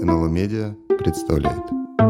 НЛО Медиа представляет.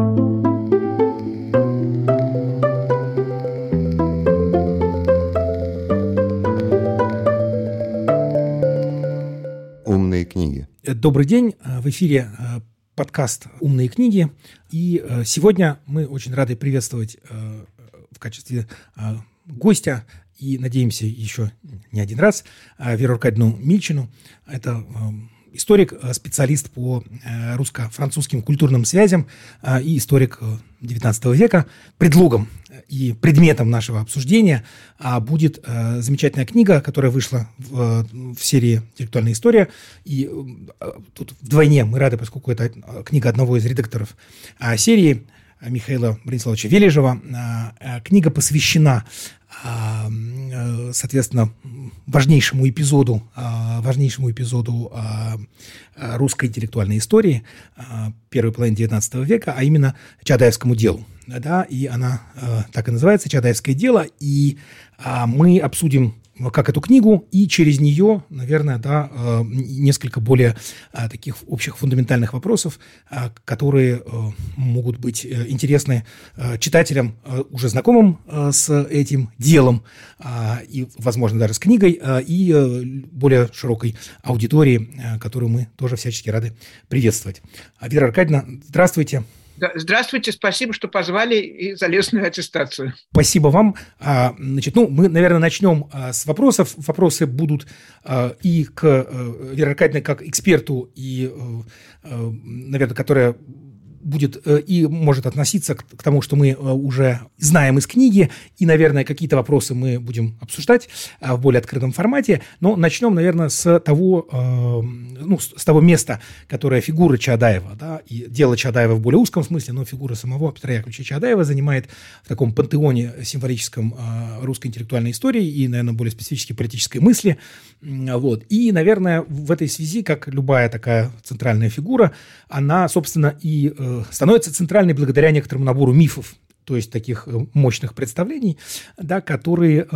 Умные книги. Добрый день, в эфире подкаст «Умные книги». И сегодня мы очень рады приветствовать в качестве гостя и, надеемся, еще не один раз, Веру Аркадьевну Мильчину. Это историк, специалист по русско-французским культурным связям и историк XIX века. Предлогом и предметом нашего обсуждения будет замечательная книга, которая вышла в серии «Интеллектуальная история». И тут вдвойне мы рады, поскольку это книга одного из редакторов серии, Михаила Брониславовича Вележева. Книга посвящена, соответственно, важнейшему эпизоду русской интеллектуальной истории первой половины XIX века, а именно Чаадаевскому делу. Да, и она так и называется «Чаадаевское дело». И мы обсудим как эту книгу, и через нее, наверное, несколько более таких общих фундаментальных вопросов, которые могут быть интересны читателям, уже знакомым с этим делом, и, возможно, даже с книгой, и более широкой аудитории, которую мы тоже всячески рады приветствовать. Вера Аркадьевна, здравствуйте. Здравствуйте, спасибо, что позвали и за лестную аттестацию. Спасибо вам. Мы, наверное, начнем с вопросов. Вопросы будут и к Вере Аркадьевне как эксперту, и, наверное, которая будет и может относиться к тому, что мы уже знаем из книги, и, наверное, какие-то вопросы мы будем обсуждать в более открытом формате. Но начнем, наверное, с того места, которое фигура Чаадаева, да, и дело Чаадаева в более узком смысле, но фигура самого Петра Яковлевича Чаадаева занимает в таком пантеоне символическом русской интеллектуальной истории и, наверное, более специфически политической мысли. Вот. И, наверное, в этой связи, как любая такая центральная фигура, она, собственно, и становится центральной благодаря некоторому набору мифов, то есть таких мощных представлений, да, которые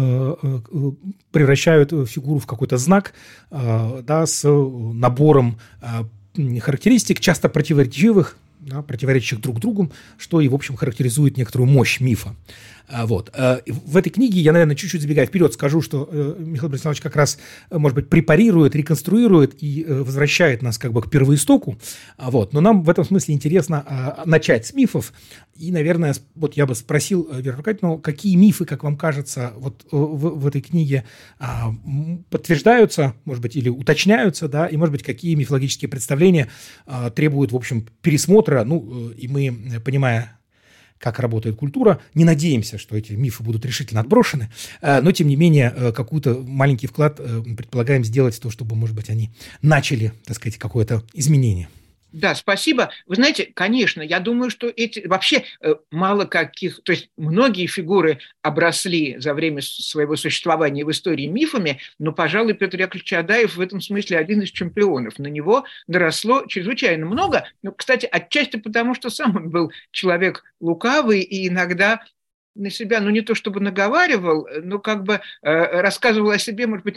превращают фигуру в какой-то знак, да, с набором характеристик, часто противоречивых, да, противоречащих друг другу, что и, в общем, характеризует некоторую мощь мифа. Вот. В этой книге я, наверное, чуть-чуть забегая вперед, скажу, что Михаил Брониславович как раз, может быть, препарирует, реконструирует и возвращает нас как бы к первоистоку. Вот. Но нам в этом смысле интересно начать с мифов. И, наверное, вот я бы спросил Веру Аркадьевну, какие мифы, как вам кажется, вот в этой книге подтверждаются, может быть, или уточняются, да, и, может быть, какие мифологические представления требуют, в общем, пересмотра, и мы, понимая, как работает культура, не надеемся, что эти мифы будут решительно отброшены, но, тем не менее, какой-то маленький вклад предполагаем сделать в то, чтобы, может быть, они начали, так сказать, какое-то изменение. Да, спасибо. Вы знаете, конечно, я думаю, что вообще мало каких, то есть многие фигуры обросли за время своего существования в истории мифами, но, пожалуй, Петр Яковлевич Чаадаев в этом смысле один из чемпионов. На него наросло чрезвычайно много, но, кстати, отчасти потому, что сам он был человек лукавый и иногда на себя, не то чтобы наговаривал, но как бы рассказывал о себе, может быть,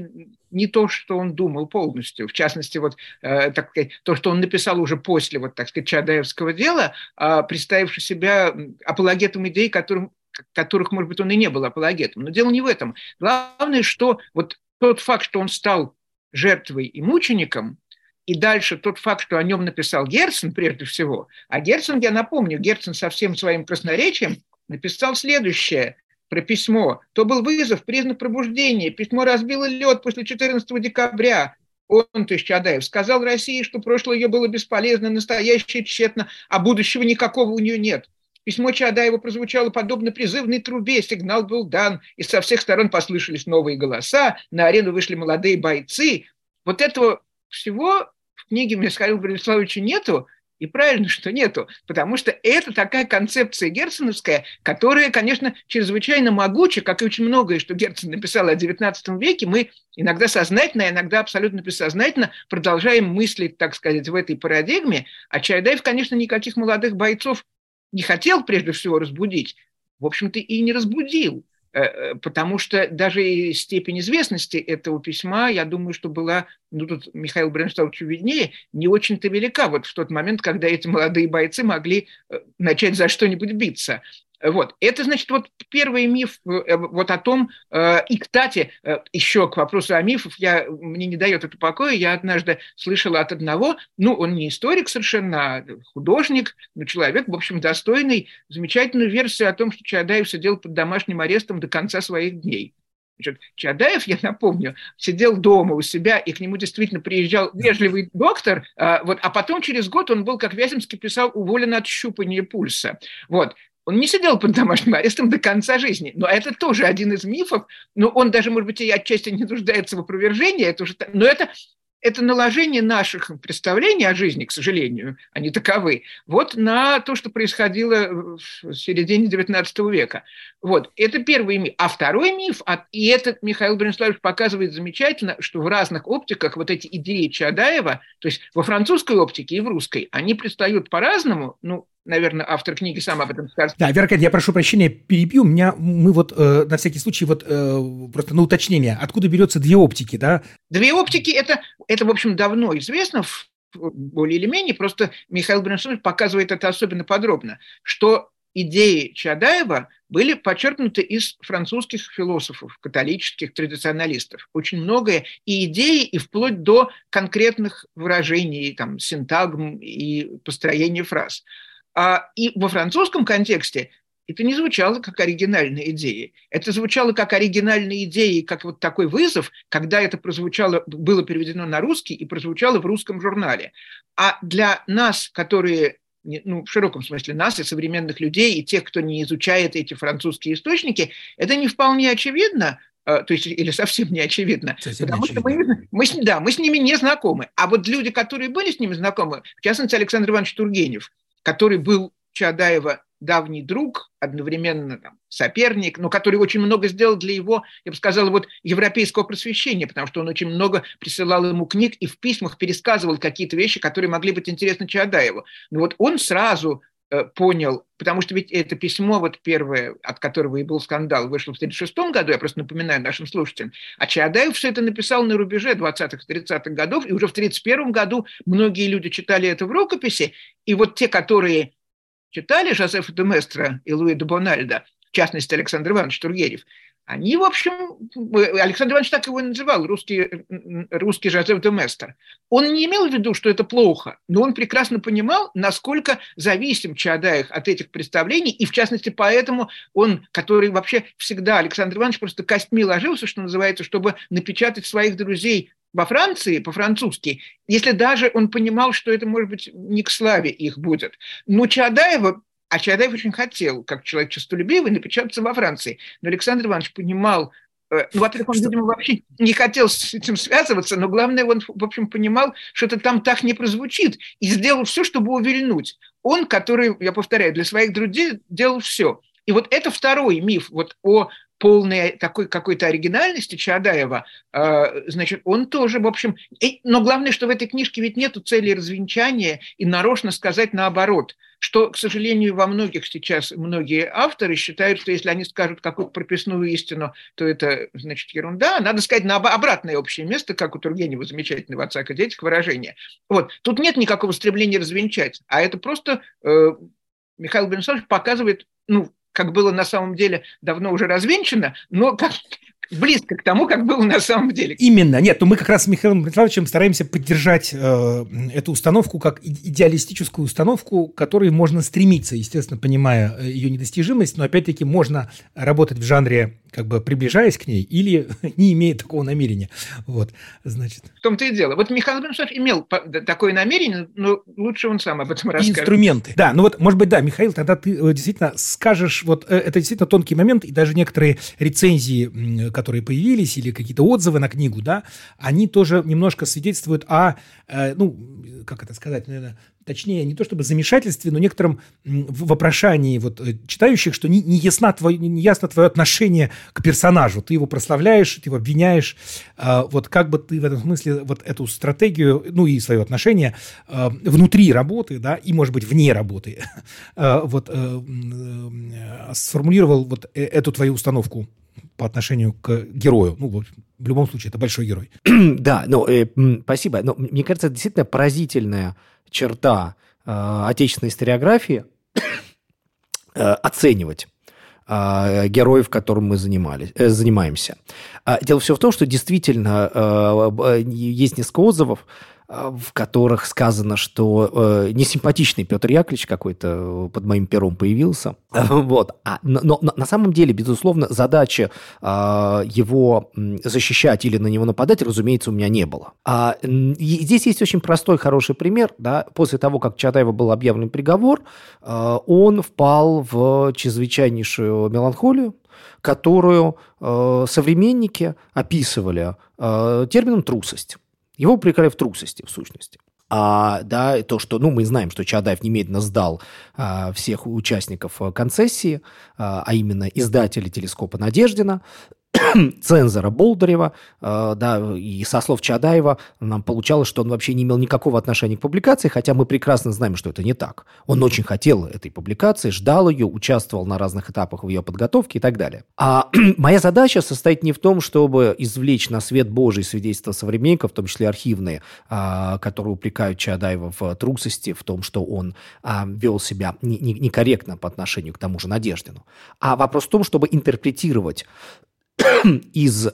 не то, что он думал полностью. В частности, так сказать, то, что он написал уже после, так сказать, Чаадаевского дела, представивши себя апологетом идей, которых, может быть, он и не был апологетом. Но дело не в этом. Главное, что тот факт, что он стал жертвой и мучеником, и дальше тот факт, что о нем написал Герцен, прежде всего. А Герцен, я напомню, Герцен со всем своим красноречием написал следующее про письмо. То был вызов, признак пробуждения. Письмо разбило лед после 14 декабря. Он, то есть Чаадаев, сказал России, что прошлое ее было бесполезно, настоящее тщетно, а будущего никакого у нее нет. Письмо Чаадаева прозвучало подобно призывной трубе, сигнал был дан, и со всех сторон послышались новые голоса, на арену вышли молодые бойцы. Этого всего в книге Михаила Брониславовича нету, и правильно, что нету, потому что это такая концепция герценовская, которая, конечно, чрезвычайно могуча, как и очень многое, что Герцен написал о XIX веке, мы иногда сознательно, иногда абсолютно бессознательно продолжаем мыслить, так сказать, в этой парадигме, а Чаадаев, конечно, никаких молодых бойцов не хотел прежде всего разбудить, в общем-то, и не разбудил. потому что даже и степень известности этого письма, я думаю, что была, ну тут Михаилу Броншталовичу виднее, не очень-то велика вот в тот момент, когда эти молодые бойцы могли начать за что-нибудь биться. Вот. Это, значит, вот первый миф вот о том, и, кстати, еще к вопросу о мифах, мне не дает это покоя, я однажды слышала от одного, ну, он не историк совершенно, а художник, но человек, в общем, достойный, замечательную версию о том, что Чаадаев сидел под домашним арестом до конца своих дней. Значит, Чаадаев, я напомню, сидел дома у себя, и к нему действительно приезжал вежливый доктор, вот, а потом через год он был, как Вяземский писал, уволен от щупания пульса. Вот. Он не сидел под домашним арестом до конца жизни. Но это тоже один из мифов. Но он даже, может быть, и отчасти не нуждается в опровержении. Но это наложение наших представлений о жизни, к сожалению, они таковы, вот на то, что происходило в середине XIX века. Вот. Это первый миф. А второй миф, и этот Михаил Брониславович показывает замечательно, что в разных оптиках вот эти идеи Чаадаева, то есть во французской оптике и в русской, они предстают по-разному, ну, наверное, автор книги сам об этом скажет. Да, Вера Аркадьевна, я прошу прощения, перебью. Мы вот на всякий случай просто на уточнение. Откуда берется две оптики, да? Две оптики – это, в общем, давно известно, более или менее. Просто Михаил Броншталович показывает это особенно подробно, что идеи Чаадаева были подчеркнуты из французских философов, католических традиционалистов. Очень многое и идеи, и вплоть до конкретных выражений, там, синтагм и построения фраз. И во французском контексте это не звучало как оригинальные идеи. Это звучало как оригинальные идеи, как вот такой вызов, когда это прозвучало, было переведено на русский и прозвучало в русском журнале. А для нас, которые, ну, в широком смысле нас и современных людей, и тех, кто не изучает эти французские источники, это не вполне очевидно, то есть или совсем не очевидно, потому что мы с ними не знакомы. А вот люди, которые были с ними знакомы, в частности, Александр Иванович Тургенев, который был Чаадаева давний друг, одновременно соперник, но который очень много сделал для его, я бы сказала, вот, европейского просвещения, потому что он очень много присылал ему книг и в письмах пересказывал какие-то вещи, которые могли быть интересны Чаадаеву. Но вот он сразу понял, потому что ведь это письмо, вот первое, от которого и был скандал, вышло в 1936 году, я просто напоминаю нашим слушателям, а Чаадаев все это написал на рубеже 20-30-х годов, и уже в 1931 году многие люди читали это в рукописи, и вот те, которые читали Жозефа де Местра и Луи де Бональда, в частности, Александр Иванович Тургенев, они, в общем, Александр Иванович так его и называл, русский Жозеф де Местр. Он не имел в виду, что это плохо, но он прекрасно понимал, насколько зависим Чаадаев от этих представлений, и, в частности, поэтому он, который вообще всегда, Александр Иванович просто костьми ложился, что называется, чтобы напечатать своих друзей во Франции по-французски, если даже он понимал, что это, может быть, не к славе их будет. Но Чаадаев очень хотел, как человек честолюбивый, напечататься во Франции. Но Александр Иванович понимал, во-первых, он, видимо, вообще не хотел с этим связываться, но главное, он, в общем, понимал, что это там так не прозвучит, и сделал все, чтобы увильнуть. Он, который, я повторяю, для своих друзей делал все. И вот это второй миф вот о полной такой какой-то оригинальности Чаадаева, значит, он тоже, в общем... Но главное, что в этой книжке ведь нету цели развенчания и нарочно сказать наоборот, что, к сожалению, во многих сейчас многие авторы считают, что если они скажут какую-то прописную истину, то это, значит, ерунда. Надо сказать на обратное общее место, как у Тургенева замечательного «Отца и детях» выражение. Вот. Тут нет никакого стремления развенчать, а это просто Михаил Брониславович показывает, как было на самом деле давно уже развенчано, но как близко к тому, как было на самом деле. Именно. Нет, мы как раз с Михаилом Брониславовичем стараемся поддержать эту установку как идеалистическую установку, к которой можно стремиться, естественно, понимая ее недостижимость, но опять-таки можно работать в жанре, как бы приближаясь к ней, или не имея такого намерения. Вот, значит. В том-то и дело. Вот Михаил Брониславович имел такое намерение, но лучше он сам об этом расскажет. Инструменты. Да, может быть, да, Михаил, тогда ты действительно скажешь, вот это действительно тонкий момент, и даже некоторые рецензии, которые появились, или какие-то отзывы на книгу, да, они тоже немножко свидетельствуют о, как это сказать, наверное, точнее, не то чтобы замешательстве, но некотором вопрошании вот читающих, что не ясно твое отношение к персонажу. Ты его прославляешь, ты его обвиняешь. Вот как бы ты в этом смысле вот эту стратегию, и свое отношение внутри работы, да, и, может быть, вне работы, вот сформулировал вот эту твою установку по отношению к герою. Ну, в любом случае, это большой герой. Да, спасибо. Но мне кажется, это действительно поразительная черта отечественной историографии оценивать героев, которым мы занимаемся. Дело все в том, что действительно есть несколько отзывов, в которых сказано, что несимпатичный Петр Яковлевич какой-то под моим пером появился. Вот. Но на самом деле, безусловно, задачи его защищать или на него нападать, разумеется, у меня не было. И здесь есть очень простой, хороший пример. Да? После того, как Чаадаеву был объявлен приговор, он впал в чрезвычайнейшую меланхолию, которую современники описывали термином «трусость». Его упрекали в трусости, в сущности. То, что, мы знаем, что Чаадаев немедленно сдал всех участников концессии, а именно издателя телескопа Надеждина, цензора Болдырева, и со слов Чаадаева нам получалось, что он вообще не имел никакого отношения к публикации, хотя мы прекрасно знаем, что это не так. Он очень хотел этой публикации, ждал ее, участвовал на разных этапах в ее подготовке и так далее. А моя задача состоит не в том, чтобы извлечь на свет Божий свидетельства современников, в том числе архивные, которые упрекают Чаадаева в трусости, в том, что он вел себя некорректно по отношению к тому же Надеждину. А вопрос в том, чтобы интерпретировать из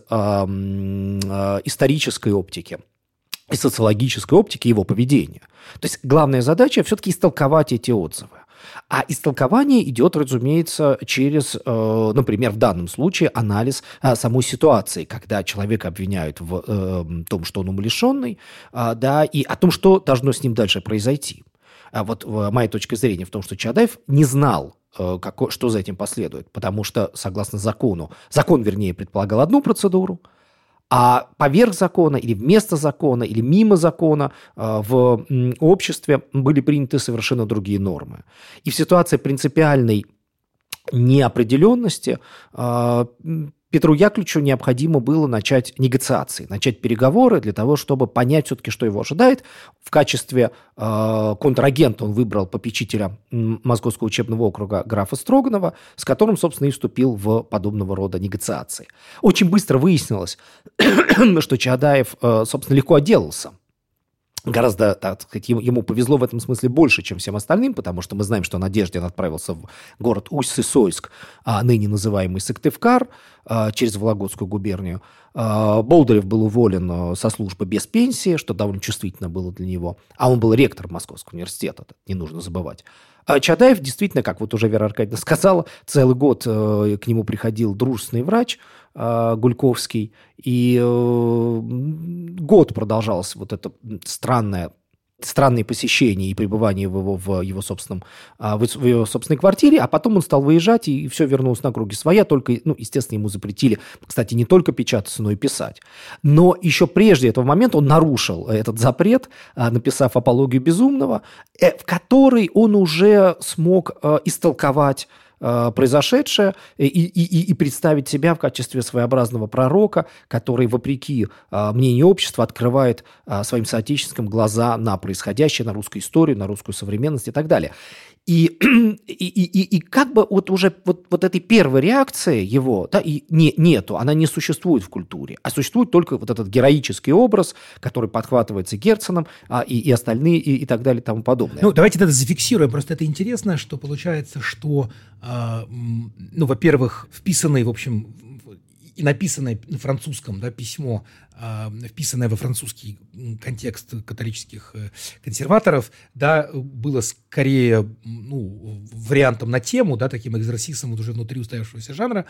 исторической оптики и социологической оптики его поведения. То есть главная задача все-таки истолковать эти отзывы. А истолкование идет, разумеется, через, например, в данном случае анализ самой ситуации, когда человека обвиняют в том, что он умалишенный, и о том, что должно с ним дальше произойти. Вот моя точка зрения в том, что Чаадаев не знал, что за этим последует, потому что, согласно закону, закон, вернее, предполагал одну процедуру, а поверх закона или вместо закона или мимо закона в обществе были приняты совершенно другие нормы. И в ситуации принципиальной неопределенности Петру Яковлевичу необходимо было начать негациации, начать переговоры для того, чтобы понять все-таки, что его ожидает. В качестве контрагента он выбрал попечителя Московского учебного округа графа Строганова, с которым, собственно, и вступил в подобного рода негациации. Очень быстро выяснилось, что Чаадаев, собственно, легко отделался. Гораздо, так сказать, ему повезло в этом смысле больше, чем всем остальным, потому что мы знаем, что Надеждин отправился в город Усть-Сысойск, ныне называемый Сыктывкар, через Вологодскую губернию. Болдырев был уволен со службы без пенсии, что довольно чувствительно было для него. А он был ректором Московского университета, это не нужно забывать. Чаадаев действительно, как вот уже Вера Аркадьевна сказала, целый год к нему приходил дружественный врач Гульковский, и год продолжалось вот это странные посещения и пребывание в его собственной квартире, а потом он стал выезжать, и все вернулось на круги своя, только, естественно, ему запретили, кстати, не только печататься, но и писать. Но еще прежде этого момента он нарушил этот запрет, написав «Апологию безумного», в которой он уже смог истолковать произошедшее и представить себя в качестве своеобразного пророка, который, вопреки мнению общества, открывает своим соотечественникам глаза на происходящее, на русскую историю, на русскую современность и так далее. И как бы вот уже вот этой первой реакции его нету, она не существует в культуре, а существует только вот этот героический образ, который подхватывается Герценом и остальные и так далее и тому подобное. Давайте это зафиксируем, просто это интересно, что получается, что, во-первых, вписанный, в общем, и написанное на французском письмо, вписанное во французский контекст католических консерваторов, было скорее вариантом на тему, таким экзорсисом уже внутри устоявшегося жанра,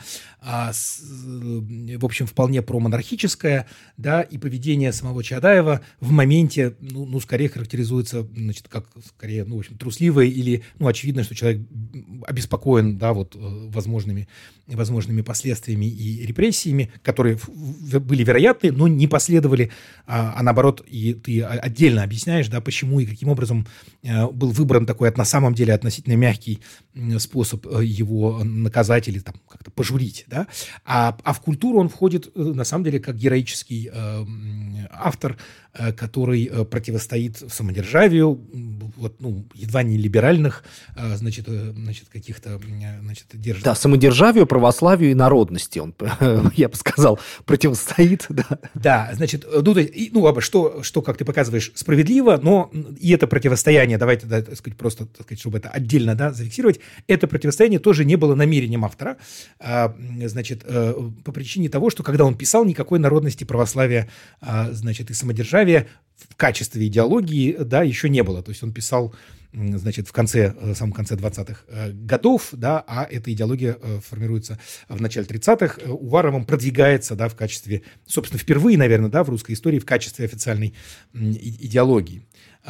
в общем, вполне промонархическое, и поведение самого Чаадаева в моменте, скорее характеризуется, как скорее, в общем, трусливое или, очевидно, что человек обеспокоен, возможными последствиями и репрессиями, которые были вероятны, но не последовали, а наоборот, и ты отдельно объясняешь, почему и каким образом был выбран такой на самом деле относительно мягкий способ его наказать или как-то пожурить, А в культуру он входит, на самом деле, как героический автор, который противостоит самодержавию, вот, ну, едва не либеральных, значит, каких-то, значит, держит. Да, самодержавию, православию и народности он, я бы сказал, противостоит. Да, да, значит, ну, то есть, ну, что, как ты показываешь, справедливо, но и это противостояние, давайте, да, так сказать, просто, так сказать, чтобы это отдельно, да, зафиксировать, это противостояние тоже не было намерением автора, значит, по причине того, что когда он писал, никакой народности, православия, значит, и самодержавия в качестве идеологии, да, еще не было. То есть он писал, значит, в самом конце 20-х годов, да, а эта идеология формируется в начале 30-х. Уваровым продвигается, да, в качестве, собственно, впервые, наверное, да, в русской истории в качестве официальной идеологии.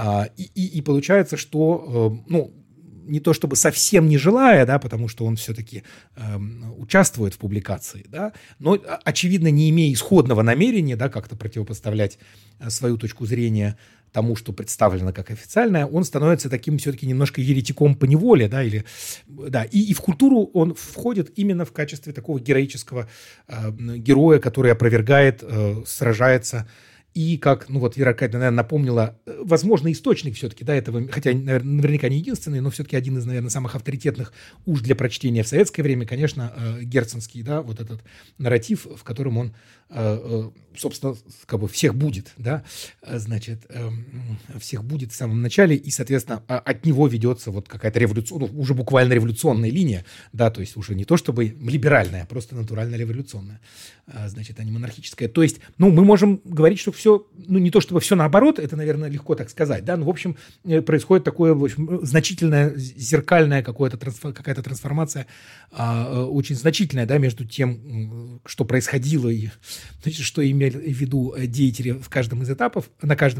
И получается, что, ну, не то чтобы совсем не желая, да, потому что он все-таки участвует в публикации, да, но, очевидно, не имея исходного намерения, да, как-то противопоставлять свою точку зрения тому, что представлено как официальное, он становится таким все-таки немножко еретиком по неволе, да, или, да, и в культуру он входит именно в качестве такого героического героя, который опровергает, сражается. И как, ну вот Вера Аркадьевна, наверное, напомнила, возможно, источник все-таки, да, этого, хотя, наверняка не единственный, но все-таки один из, наверное, самых авторитетных уж для прочтения в советское время, конечно, герценский, да, вот этот нарратив, в котором он, собственно, как бы всех будет, да, значит, всех будет в самом начале, и, соответственно, от него ведется вот какая-то революционная, ну, уже буквально революционная линия, да, то есть уже не то чтобы либеральная, а просто натурально революционная, значит, а не монархическая. То есть, ну, мы можем говорить, что все, ну, не то чтобы все наоборот, это, наверное, легко так сказать, да, но, в общем, происходит такое, в общем, значительное, зеркальная какая-то трансформация, очень значительная, да, между тем, что происходило и, значит, что имели в виду деятели на каждом из этапов,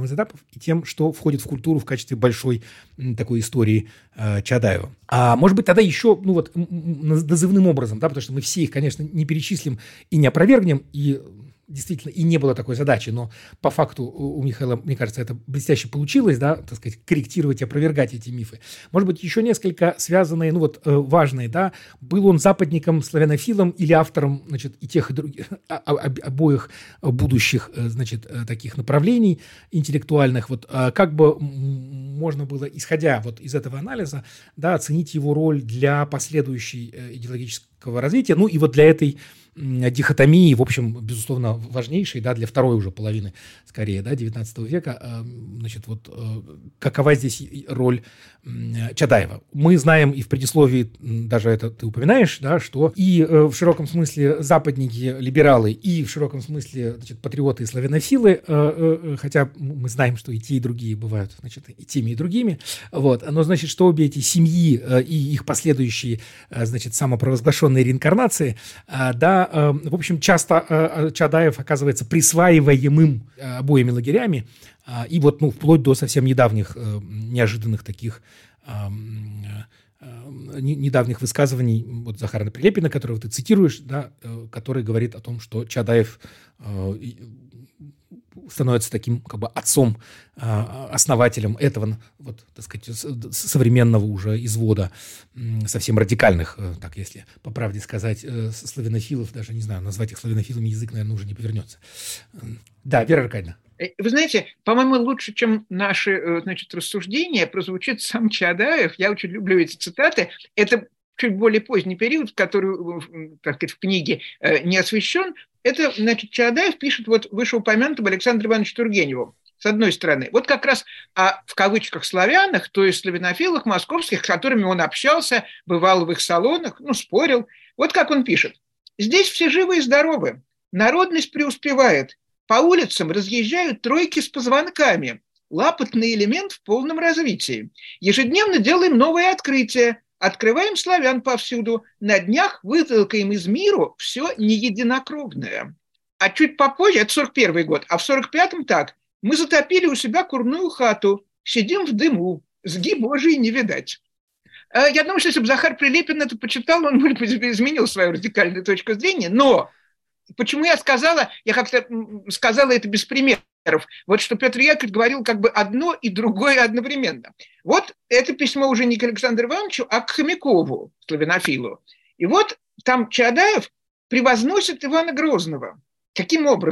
и тем, что входит в культуру в качестве большой такой истории Чаадаева. А может быть, тогда еще, ну вот, назывным образом, да, потому что мы все их, конечно, не перечислим и не опровергнем, и действительно, и не было такой задачи, но по факту у Михаила, мне кажется, это блестяще получилось, да, так сказать, корректировать и опровергать эти мифы. Может быть, еще несколько связанные, ну вот, важные, да, был он западником, славянофилом или автором, значит, и тех, и других, обоих будущих, значит, таких направлений интеллектуальных, вот, как бы можно было, исходя вот из этого анализа, да, оценить его роль для последующей идеологического развития, ну и вот для этой дихотомии, в общем, безусловно, важнейшей, да, для второй уже половины, скорее, да, 19 века, значит, вот какова здесь роль Чаадаева. Мы знаем и в предисловии, даже это ты упоминаешь, да, что и в широком смысле западники, либералы, и в широком смысле, значит, патриоты и славянофилы, хотя мы знаем, что и те, и другие бывают, значит, и теми, и другими, вот, но, значит, что обе эти семьи и их последующие, значит, самопровозглашенные реинкарнации, да, в общем, часто Чаадаев оказывается присваиваемым обоими лагерями, и вот, ну, вплоть до совсем недавних, неожиданных таких недавних высказываний вот Захара Прилепина, которого ты цитируешь, да, который говорит о том, что Чаадаев становится таким, как бы, отцом, основателем этого, вот, так сказать, современного уже извода совсем радикальных, так, если по правде сказать, славянофилов, даже не знаю, назвать их славянофилами язык, наверное, уже не повернется. Да, Вера Аркадьевна. Вы знаете, по-моему, лучше, чем наши, значит, рассуждения, прозвучит сам Чаадаев. Я очень люблю эти цитаты. Это чуть более поздний период, который, так сказать, в книге не освещен. Это, значит, Чаадаев пишет вот вышеупомянутому Александру Ивановичу Тургеневу. С одной стороны, вот как раз в кавычках славянах, то есть славянофилах московских, с которыми он общался, бывал в их салонах, ну, спорил. Вот как он пишет. «Здесь все живы и здоровы. Народность преуспевает. По улицам разъезжают тройки с позвонками. Лапотный элемент в полном развитии. Ежедневно делаем новые открытия. Открываем славян повсюду. На днях вытолкаем из миру все неединокровное». А чуть попозже, это 41 год, а в 45-м так. «Мы затопили у себя курную хату. Сидим в дыму. Сги Божий не видать». Я думаю, что если бы Захар Прилепин это почитал, он, может быть, изменил свою радикальную точку зрения. Но почему я как-то сказала это без примеров. Вот что Петр Яковлевич говорил как бы одно и другое одновременно. Вот это письмо уже не к Александру Ивановичу, а к Хомякову, славянофилу. И вот там Чаадаев превозносит Ивана Грозного. Каким образом?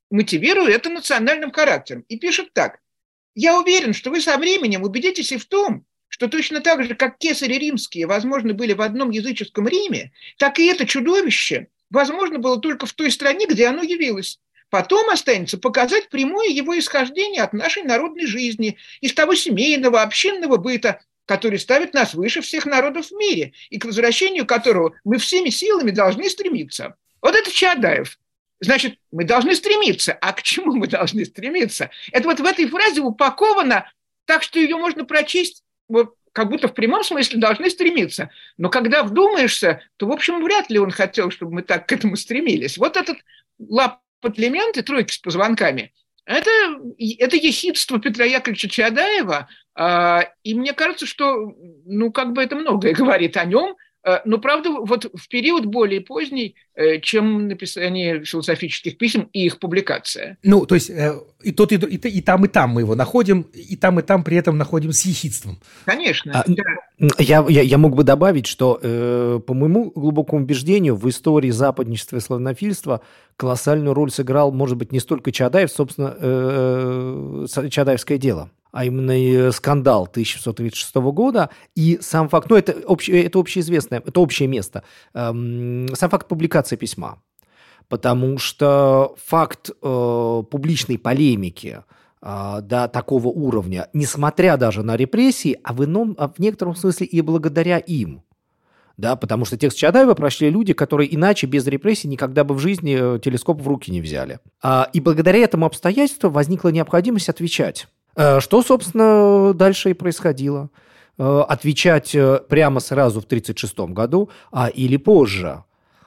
мотивируя это национальным характером. И пишет так. «Я уверен, что вы со временем убедитесь и в том, что точно так же, как кесари римские, возможно, были в одном языческом Риме, так и это чудовище возможно было только в той стране, где оно явилось. Потом останется показать прямое его исхождение от нашей народной жизни, из того семейного, общинного быта, который ставит нас выше всех народов в мире, и к возвращению которого мы всеми силами должны стремиться». Вот это Чаадаев. Значит, мы должны стремиться. А к чему мы должны стремиться? Это вот в этой фразе упаковано так, что ее можно прочесть вот, как будто в прямом смысле должны стремиться. Но когда вдумаешься, то, в общем, вряд ли он хотел, чтобы мы так к этому стремились. Вот этот лапоть Лемент и тройки с позвонками – это ехидство Петра Яковлевича Чаадаева. И мне кажется, что, как бы это многое говорит о нем. Но, правда, вот в период более поздний, чем написание философических писем и их публикация. То есть и там мы его находим, и там при этом находим с ехидством. Конечно. Да. Я мог бы добавить, что, по моему глубокому убеждению, в истории западничества и славянофильства колоссальную роль сыграл, может быть, не столько Чаадаев, собственно, Чаадаевское дело, а именно скандал 1636 года и сам факт, это общеизвестное, это общее место, сам факт публикации письма. Потому что факт публичной полемики до такого уровня, несмотря даже на репрессии, а в некотором смысле и благодаря им. Да, потому что текст Чаадаева прочли люди, которые иначе без репрессий никогда бы в жизни телескоп в руки не взяли. И благодаря этому обстоятельству возникла необходимость отвечать. Что, собственно, дальше и происходило. Отвечать прямо сразу в 1936 году или позже.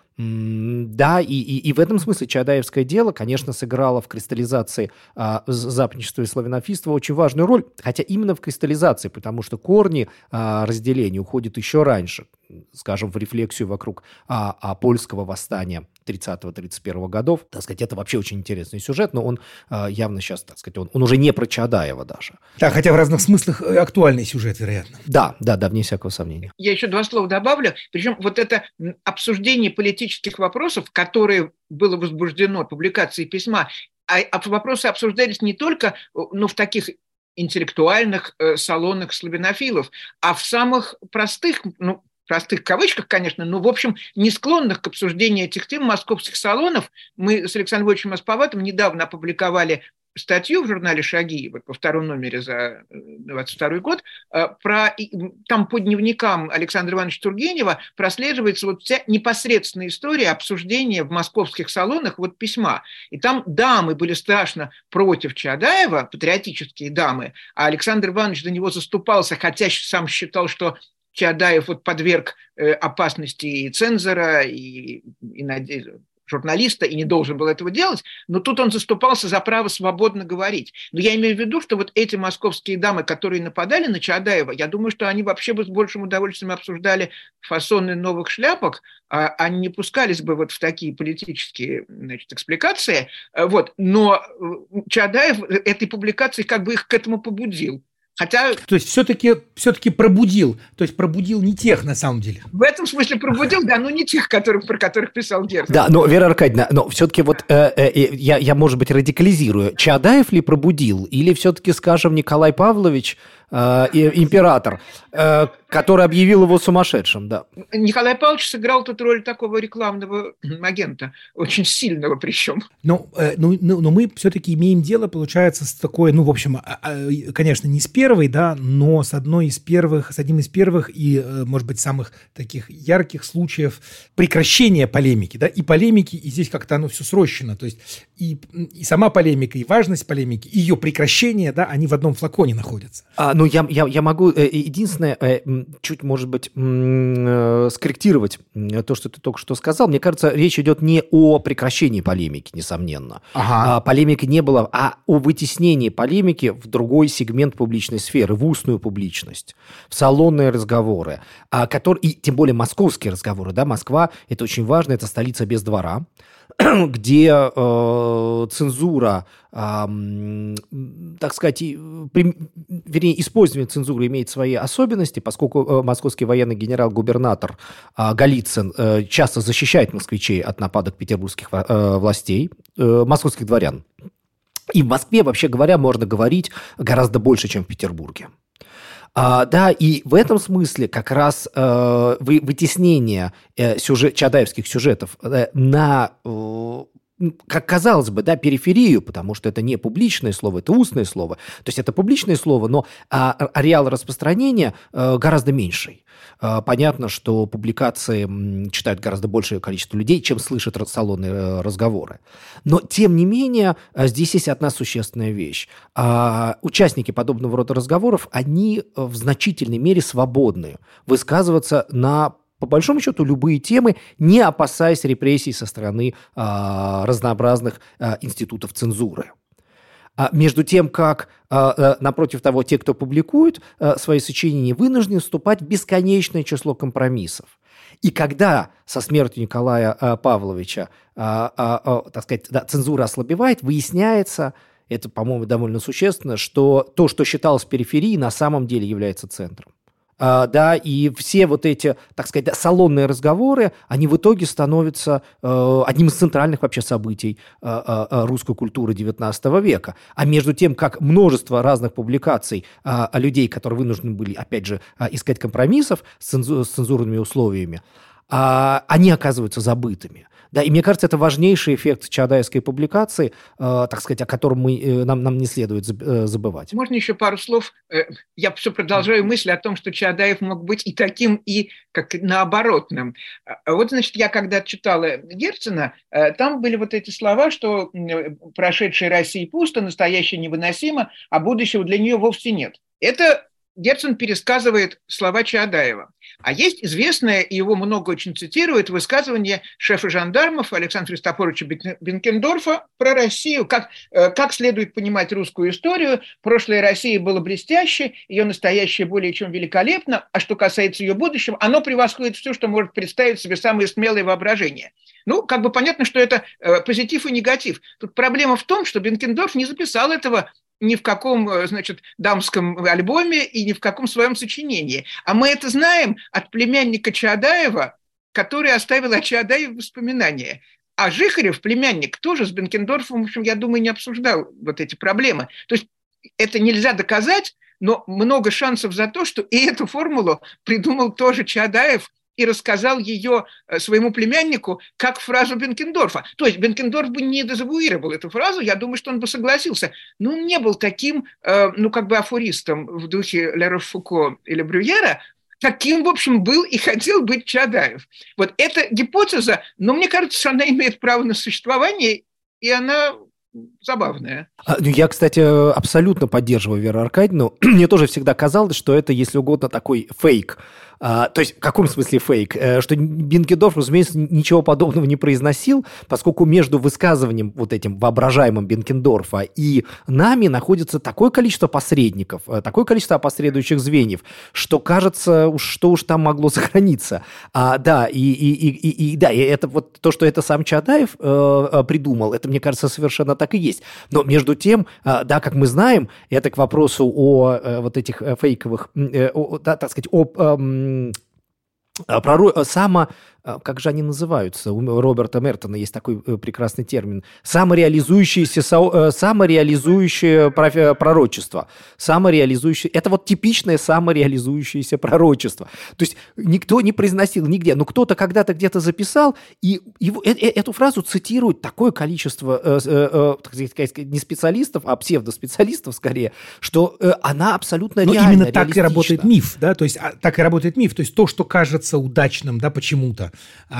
Да, и в этом смысле Чаадаевское дело, конечно, сыграло в кристаллизации западничества и славянофильства очень важную роль, хотя именно в кристаллизации, потому что корни разделения уходят еще раньше, скажем, в рефлексию вокруг польского восстания 30-31 годов. Так сказать, это вообще очень интересный сюжет, но он явно сейчас, так сказать, он уже не про Чаадаева даже. Да, хотя в разных смыслах актуальный сюжет, вероятно. Да, вне всякого сомнения. Я еще два слова добавлю. Причем вот это обсуждение политических вопросов, которое было возбуждено публикацией письма, вопросы обсуждались не только в таких интеллектуальных салонах славянофилов, а в самых простых, простых кавычках, конечно, но, в общем, не склонных к обсуждению этих тем московских салонов. Мы с Александром Владимировичем Асповатом недавно опубликовали статью в журнале «Шаги», вот во втором номере за 22 год, там по дневникам Александра Ивановича Тургенева прослеживается вот вся непосредственная история обсуждения в московских салонах вот письма. И там дамы были страшно против Чаадаева, патриотические дамы, а Александр Иванович за него заступался, хотя сам считал, что Чаадаев подверг опасности и цензора, и журналиста, и не должен был этого делать, но тут он заступался за право свободно говорить. Но я имею в виду, что вот эти московские дамы, которые нападали на Чаадаева, я думаю, что они вообще бы с большим удовольствием обсуждали фасоны новых шляпок, а не пускались бы вот в такие политические, экспликации. Но Чаадаев этой публикацией как бы их к этому побудил. Хотя... То есть все-таки пробудил. То есть пробудил не тех, на самом деле. В этом смысле пробудил, да, но не тех, про которых писал Герцен. Да, но, Вера Аркадьевна, но все-таки я, может быть, радикализирую. Чаадаев ли пробудил? Или все-таки, скажем, Николай Павлович, император, который объявил его сумасшедшим, да? Николай Павлович сыграл тут роль такого рекламного агента, очень сильного причем. Но мы все-таки имеем дело, получается, с такой, в общем, конечно, не с первой, да, но с одним из первых и, может быть, самых таких ярких случаев прекращения полемики, да, и полемики, и здесь как-то оно все срощено, то есть и сама полемика, и важность полемики, и ее прекращение, да, они в одном флаконе находятся. Я могу единственное, чуть, может быть, скорректировать то, что ты только что сказал. Мне кажется, речь идет не о прекращении полемики, несомненно. Полемики не было, а о вытеснении полемики в другой сегмент публичной сферы, в устную публичность, в салонные разговоры, и тем более московские разговоры. Да? Москва – это очень важно, это столица без двора. где цензура, так сказать, вернее, использование цензуры имеет свои особенности, поскольку московский военный генерал-губернатор Голицын часто защищает москвичей от нападок петербургских властей, московских дворян. И в Москве, вообще говоря, можно говорить гораздо больше, чем в Петербурге. Да, и в этом смысле как раз вытеснение чаадаевских сюжетов на, как казалось бы, да, периферию, потому что это не публичное слово, это устное слово. То есть это публичное слово, но ареал распространения гораздо меньший. Понятно, что публикации читают гораздо большее количество людей, чем слышат салонные разговоры. Но, тем не менее, здесь есть одна существенная вещь. Участники подобного рода разговоров, они в значительной мере свободны высказываться на, по большому счету, любые темы, не опасаясь репрессий со стороны разнообразных институтов цензуры. Между тем, как, напротив того, те, кто публикует свои сочинения, вынуждены вступать в бесконечное число компромиссов. И когда со смертью Николая Павловича, так сказать, цензура ослабевает, выясняется, это, по-моему, довольно существенно, что то, что считалось периферией, на самом деле является центром. Да, и все вот эти, так сказать, салонные разговоры, они в итоге становятся одним из центральных вообще событий русской культуры XIX века. А между тем, как множество разных публикаций людей, которые вынуждены были, опять же, искать компромиссов с цензурными условиями, они оказываются забытыми. Да, и мне кажется, это важнейший эффект чаадаевской публикации, так сказать, о котором нам не следует забывать. Можно еще пару слов? Я все продолжаю мысль о том, что Чаадаев мог быть и таким, и как наоборотным. Вот, значит, я когда читала Герцена, там были вот эти слова, что прошедшая Россия пусто, настоящее невыносимо, а будущего для нее вовсе нет. Это Герцен пересказывает слова Чаадаева. А есть известное, и его много очень цитирует, высказывание шефа жандармов Александра Христофоровича Бенкендорфа про Россию, как следует понимать русскую историю. Прошлое России было блестяще, ее настоящее более чем великолепно, а что касается ее будущего, оно превосходит все, что может представить себе самое смелое воображение. Ну, как бы понятно, что это позитив и негатив. Тут проблема в том, что Бенкендорф не записал этого ни в каком, значит, дамском альбоме и ни в каком своем сочинении. А мы это знаем от племянника Чаадаева, который оставил о Чаадаеве воспоминания. А Жихарев, племянник, тоже с Бенкендорфом, в общем, я думаю, не обсуждал вот эти проблемы. То есть это нельзя доказать, но много шансов за то, что и эту формулу придумал тоже Чаадаев и рассказал ее своему племяннику как фразу Бенкендорфа. То есть Бенкендорф бы не дезавуировал эту фразу, я думаю, что он бы согласился. Но он не был таким, как бы афористом в духе Ля Рошфуко или Брюера, каким, в общем, был и хотел быть Чаадаев. Вот эта гипотеза, но мне кажется, что она имеет право на существование, и она забавная. Я, кстати, абсолютно поддерживаю Веру Аркадьевну. Мне тоже всегда казалось, что это, если угодно, такой фейк. То есть, в каком смысле фейк? Что Бенкендорф, разумеется, ничего подобного не произносил, поскольку между высказыванием вот этим воображаемым Бенкендорфа и нами находится такое количество посредников, такое количество опосредующих звеньев, что кажется, что уж там могло сохраниться. Да, и это вот то, что это сам Чаадаев придумал, это, мне кажется, совершенно так и есть. Но между тем, да, как мы знаем, это к вопросу о вот этих фейковых, так сказать, как же они называются? У Роберта Мертона есть такой прекрасный термин. Самореализующее пророчество. Это вот типичное самореализующееся пророчество. То есть никто не произносил нигде, но кто-то когда-то где-то записал, и эту фразу цитирует такое количество, так сказать, не специалистов, а псевдоспециалистов скорее, что она абсолютно реальна. Но именно так и работает миф, да, то есть так и работает миф, то есть то, что кажется удачным, да, почему-то,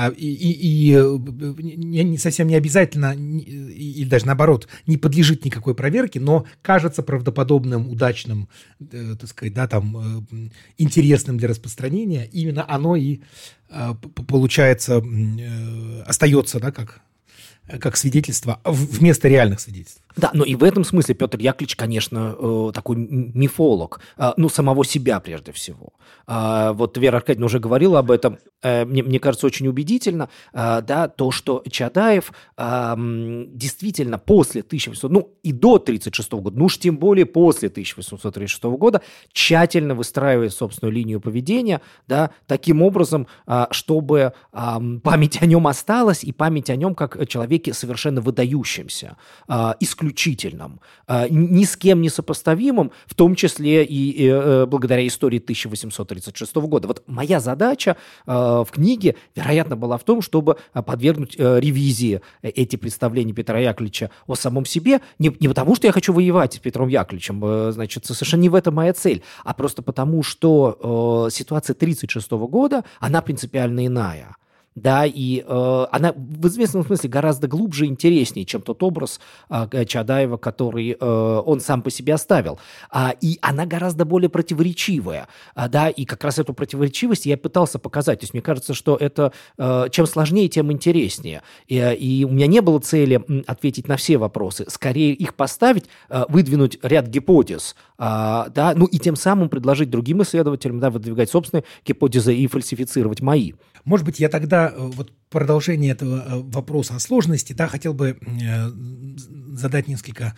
и совсем не обязательно, или даже наоборот, не подлежит никакой проверке, но кажется правдоподобным, удачным, так сказать, да, там, интересным для распространения, именно оно и получается, остается, да, как как свидетельство вместо реальных свидетельств. Да, но и в этом смысле Петр Яковлевич, конечно, такой мифолог, самого себя прежде всего. Вот Вера Аркадьевна уже говорила об этом, мне кажется, очень убедительно, да, то, что Чаадаев действительно после 1800, и до 1936 года, уж тем более после 1836 года, тщательно выстраивает собственную линию поведения, да, таким образом, чтобы память о нем осталась, и память о нем как о человеке совершенно выдающемся, исключительном, ни с кем не сопоставимым, в том числе и благодаря истории 1836 года. Вот моя задача в книге, вероятно, была в том, чтобы подвергнуть ревизии эти представления Петра Яковлевича о самом себе, не потому, что я хочу воевать с Петром Яковлевичем, значит, совершенно не в этом моя цель, а просто потому, что ситуация 1936 года, она принципиально иная. Да, и она в известном смысле гораздо глубже и интереснее, чем тот образ Чаадаева, который он сам по себе оставил. И она гораздо более противоречивая. Да, и как раз эту противоречивость я пытался показать. То есть мне кажется, что это чем сложнее, тем интереснее. И у меня не было цели ответить на все вопросы. Скорее их поставить, выдвинуть ряд гипотез, да, и тем самым предложить другим исследователям, да, выдвигать собственные гипотезы и фальсифицировать мои. Может быть, я тогда вот продолжение этого вопроса о сложности, да, хотел бы задать несколько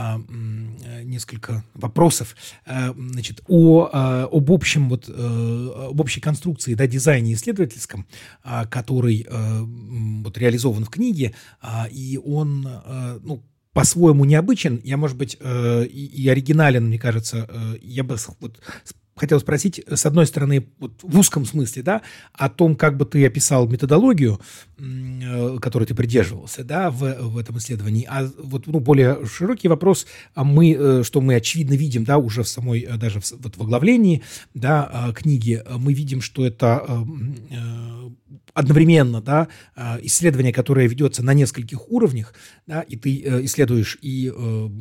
вопросов, значит, об общей конструкции, да, дизайне исследовательском, который вот реализован в книге, и он, по-своему необычен, я, может быть, и оригинален, мне кажется, я бы хотел спросить, с одной стороны, вот в узком смысле, да, о том, как бы ты описал методологию, которой ты придерживался, да, в этом исследовании, а вот более широкий вопрос, что мы очевидно видим, да, уже в самой, даже в оглавлении, да, книги, мы видим, что это одновременно, да, исследование, которое ведется на нескольких уровнях, да, и ты исследуешь и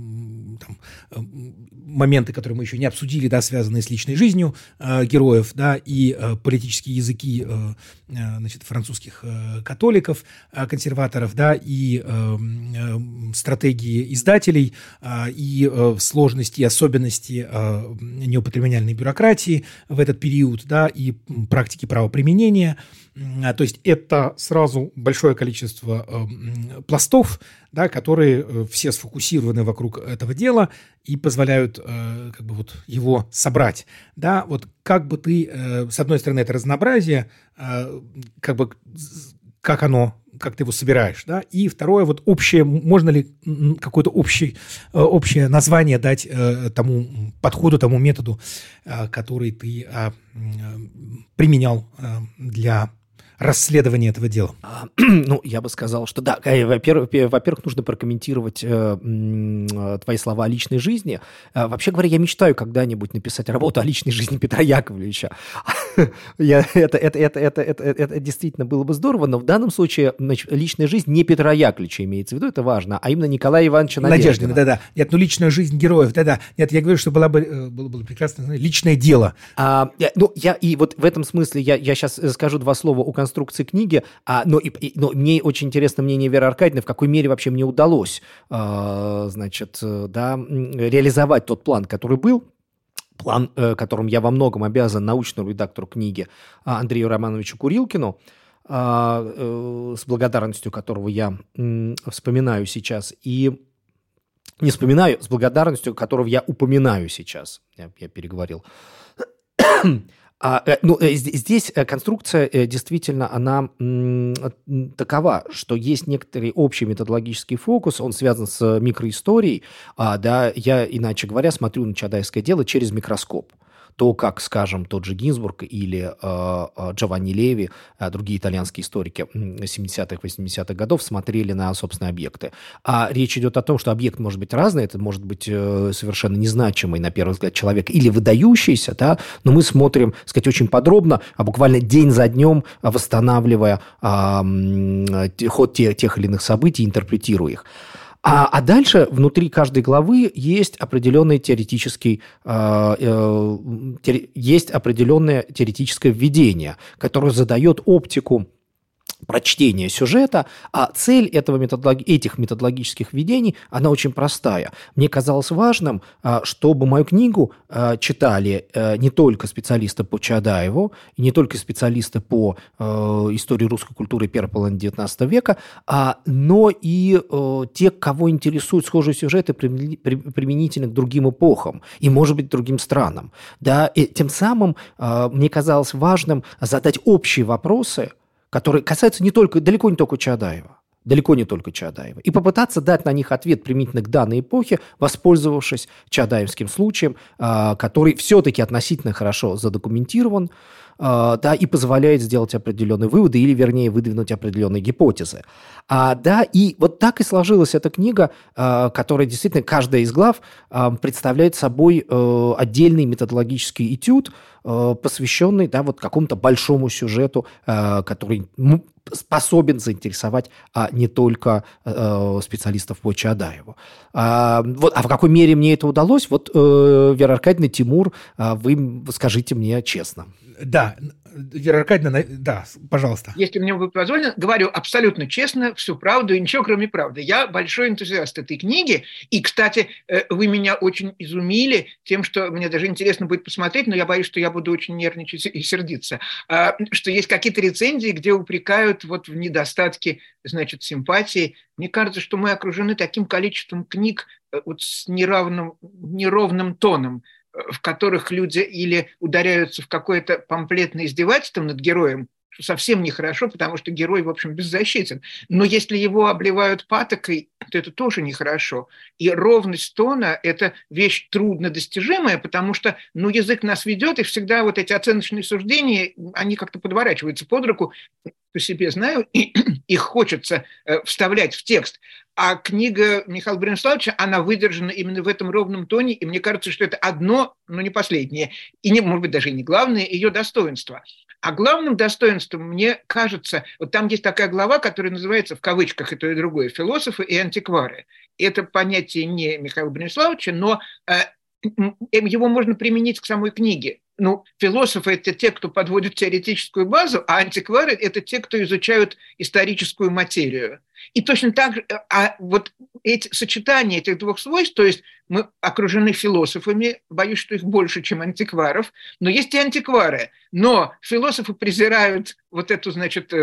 моменты, которые мы еще не обсудили, да, связанные с личной жизнью героев, да, и политические языки, значит, французских католиков, консерваторов, да, и стратегии издателей, и сложности и особенности неопатримониальной бюрократии в этот период, да, и практики правоприменения. То есть это сразу большое количество пластов, да, которые все сфокусированы вокруг этого дела и позволяют как бы вот его собрать. Да, вот как бы ты, с одной стороны, это разнообразие, как бы как ты его собираешь, да, и второе, вот общее, можно ли какое-то общее название дать тому подходу, тому методу, который ты применял для расследование этого дела? Я бы сказал, что да. Во-первых, нужно прокомментировать твои слова о личной жизни. Вообще говоря, я мечтаю когда-нибудь написать работу о личной жизни Петра Яковлевича. Это действительно было бы здорово, но в данном случае, значит, личная жизнь не Петра Яковлевича имеется в виду, это важно, а именно Николая Ивановича Надеждина. Да-да. Нет, личная жизнь героев, да-да. Нет, я говорю, что было бы прекрасно личное дело. И вот в этом смысле я сейчас скажу два слова о конструкции книги, но мне очень интересно мнение Веры Аркадьевны, в какой мере вообще мне удалось, реализовать тот план, который был. План, которым я во многом обязан научному редактору книги Андрею Романовичу Курилкину, с благодарностью которого я вспоминаю сейчас, и не вспоминаю, с благодарностью которого я упоминаю сейчас. Я переговорил. Здесь конструкция действительно, она такова, что есть некоторый общий методологический фокус, он связан с микроисторией, я, иначе говоря, смотрю на чаадаевское дело через микроскоп. То, как, скажем, тот же Гинзбург или Джованни Леви, другие итальянские историки 70-х, 80-х годов смотрели на собственные объекты. А речь идет о том, что объект может быть разный, это может быть совершенно незначимый, на первый взгляд, человек или выдающийся, да, но мы смотрим, так сказать, очень подробно, буквально день за днем, восстанавливая ход тех или иных событий, интерпретируя их. А дальше внутри каждой главы есть определенное теоретическое введение, которое задает оптику прочтения сюжета, а цель этих методологических введений, она очень простая. Мне казалось важным, чтобы мою книгу читали не только специалисты по Чаадаеву, и не только специалисты по истории русской культуры первой половины XIX века, но и те, кого интересуют схожие сюжеты применительно к другим эпохам и, может быть, другим странам. Да? И тем самым мне казалось важным задать общие вопросы, которые касаются далеко не только Чаадаева. Далеко не только Чаадаева. И попытаться дать на них ответ применительно к данной эпохе, воспользовавшись чаадаевским случаем, который все-таки относительно хорошо задокументирован, да, и позволяет сделать определенные выводы, или, вернее, выдвинуть определенные гипотезы. Да, и вот так и сложилась эта книга, которая действительно, каждая из глав представляет собой отдельный методологический этюд, посвященный, да, вот какому-то большому сюжету, который способен заинтересовать не только специалистов по Чаадаеву. А в какой мере мне это удалось? Вот, Вера Аркадьевна, Тимур, вы скажите мне честно. Да, Вера Аркадьевна, да, пожалуйста. Если мне будет позволено, говорю абсолютно честно, всю правду и ничего кроме правды. Я большой энтузиаст этой книги, и, кстати, вы меня очень изумили тем, что мне даже интересно будет посмотреть, но я боюсь, что я буду очень нервничать и сердиться, что есть какие-то рецензии, где упрекают вот в недостатке, значит, симпатии. Мне кажется, что мы окружены таким количеством книг вот с неровным тоном, в которых люди или ударяются в какое-то памфлетное издевательство над героем, что совсем нехорошо, потому что герой, в общем, беззащитен. Но если его обливают патокой, то это тоже нехорошо. И ровность тона – это вещь труднодостижимая, потому что язык нас ведет, и всегда вот эти оценочные суждения, они как-то подворачиваются под руку, по себе знаю, и их хочется вставлять в текст. А книга Михаила Брониславовича, она выдержана именно в этом ровном тоне, и мне кажется, что это одно, но не последнее, и, может быть, даже и не главное, ее достоинство. А главным достоинством, мне кажется, вот там есть такая глава, которая называется, в кавычках, и то, и другое, «Философы и антиквары». Это понятие не Михаила Брониславовича, но его можно применить к самой книге. Философы – это те, кто подводит теоретическую базу, а антиквары – это те, кто изучают историческую материю. И точно так же, вот сочетание этих двух свойств, то есть мы окружены философами, боюсь, что их больше, чем антикваров, но есть и антиквары. Но философы презирают вот эту, значит,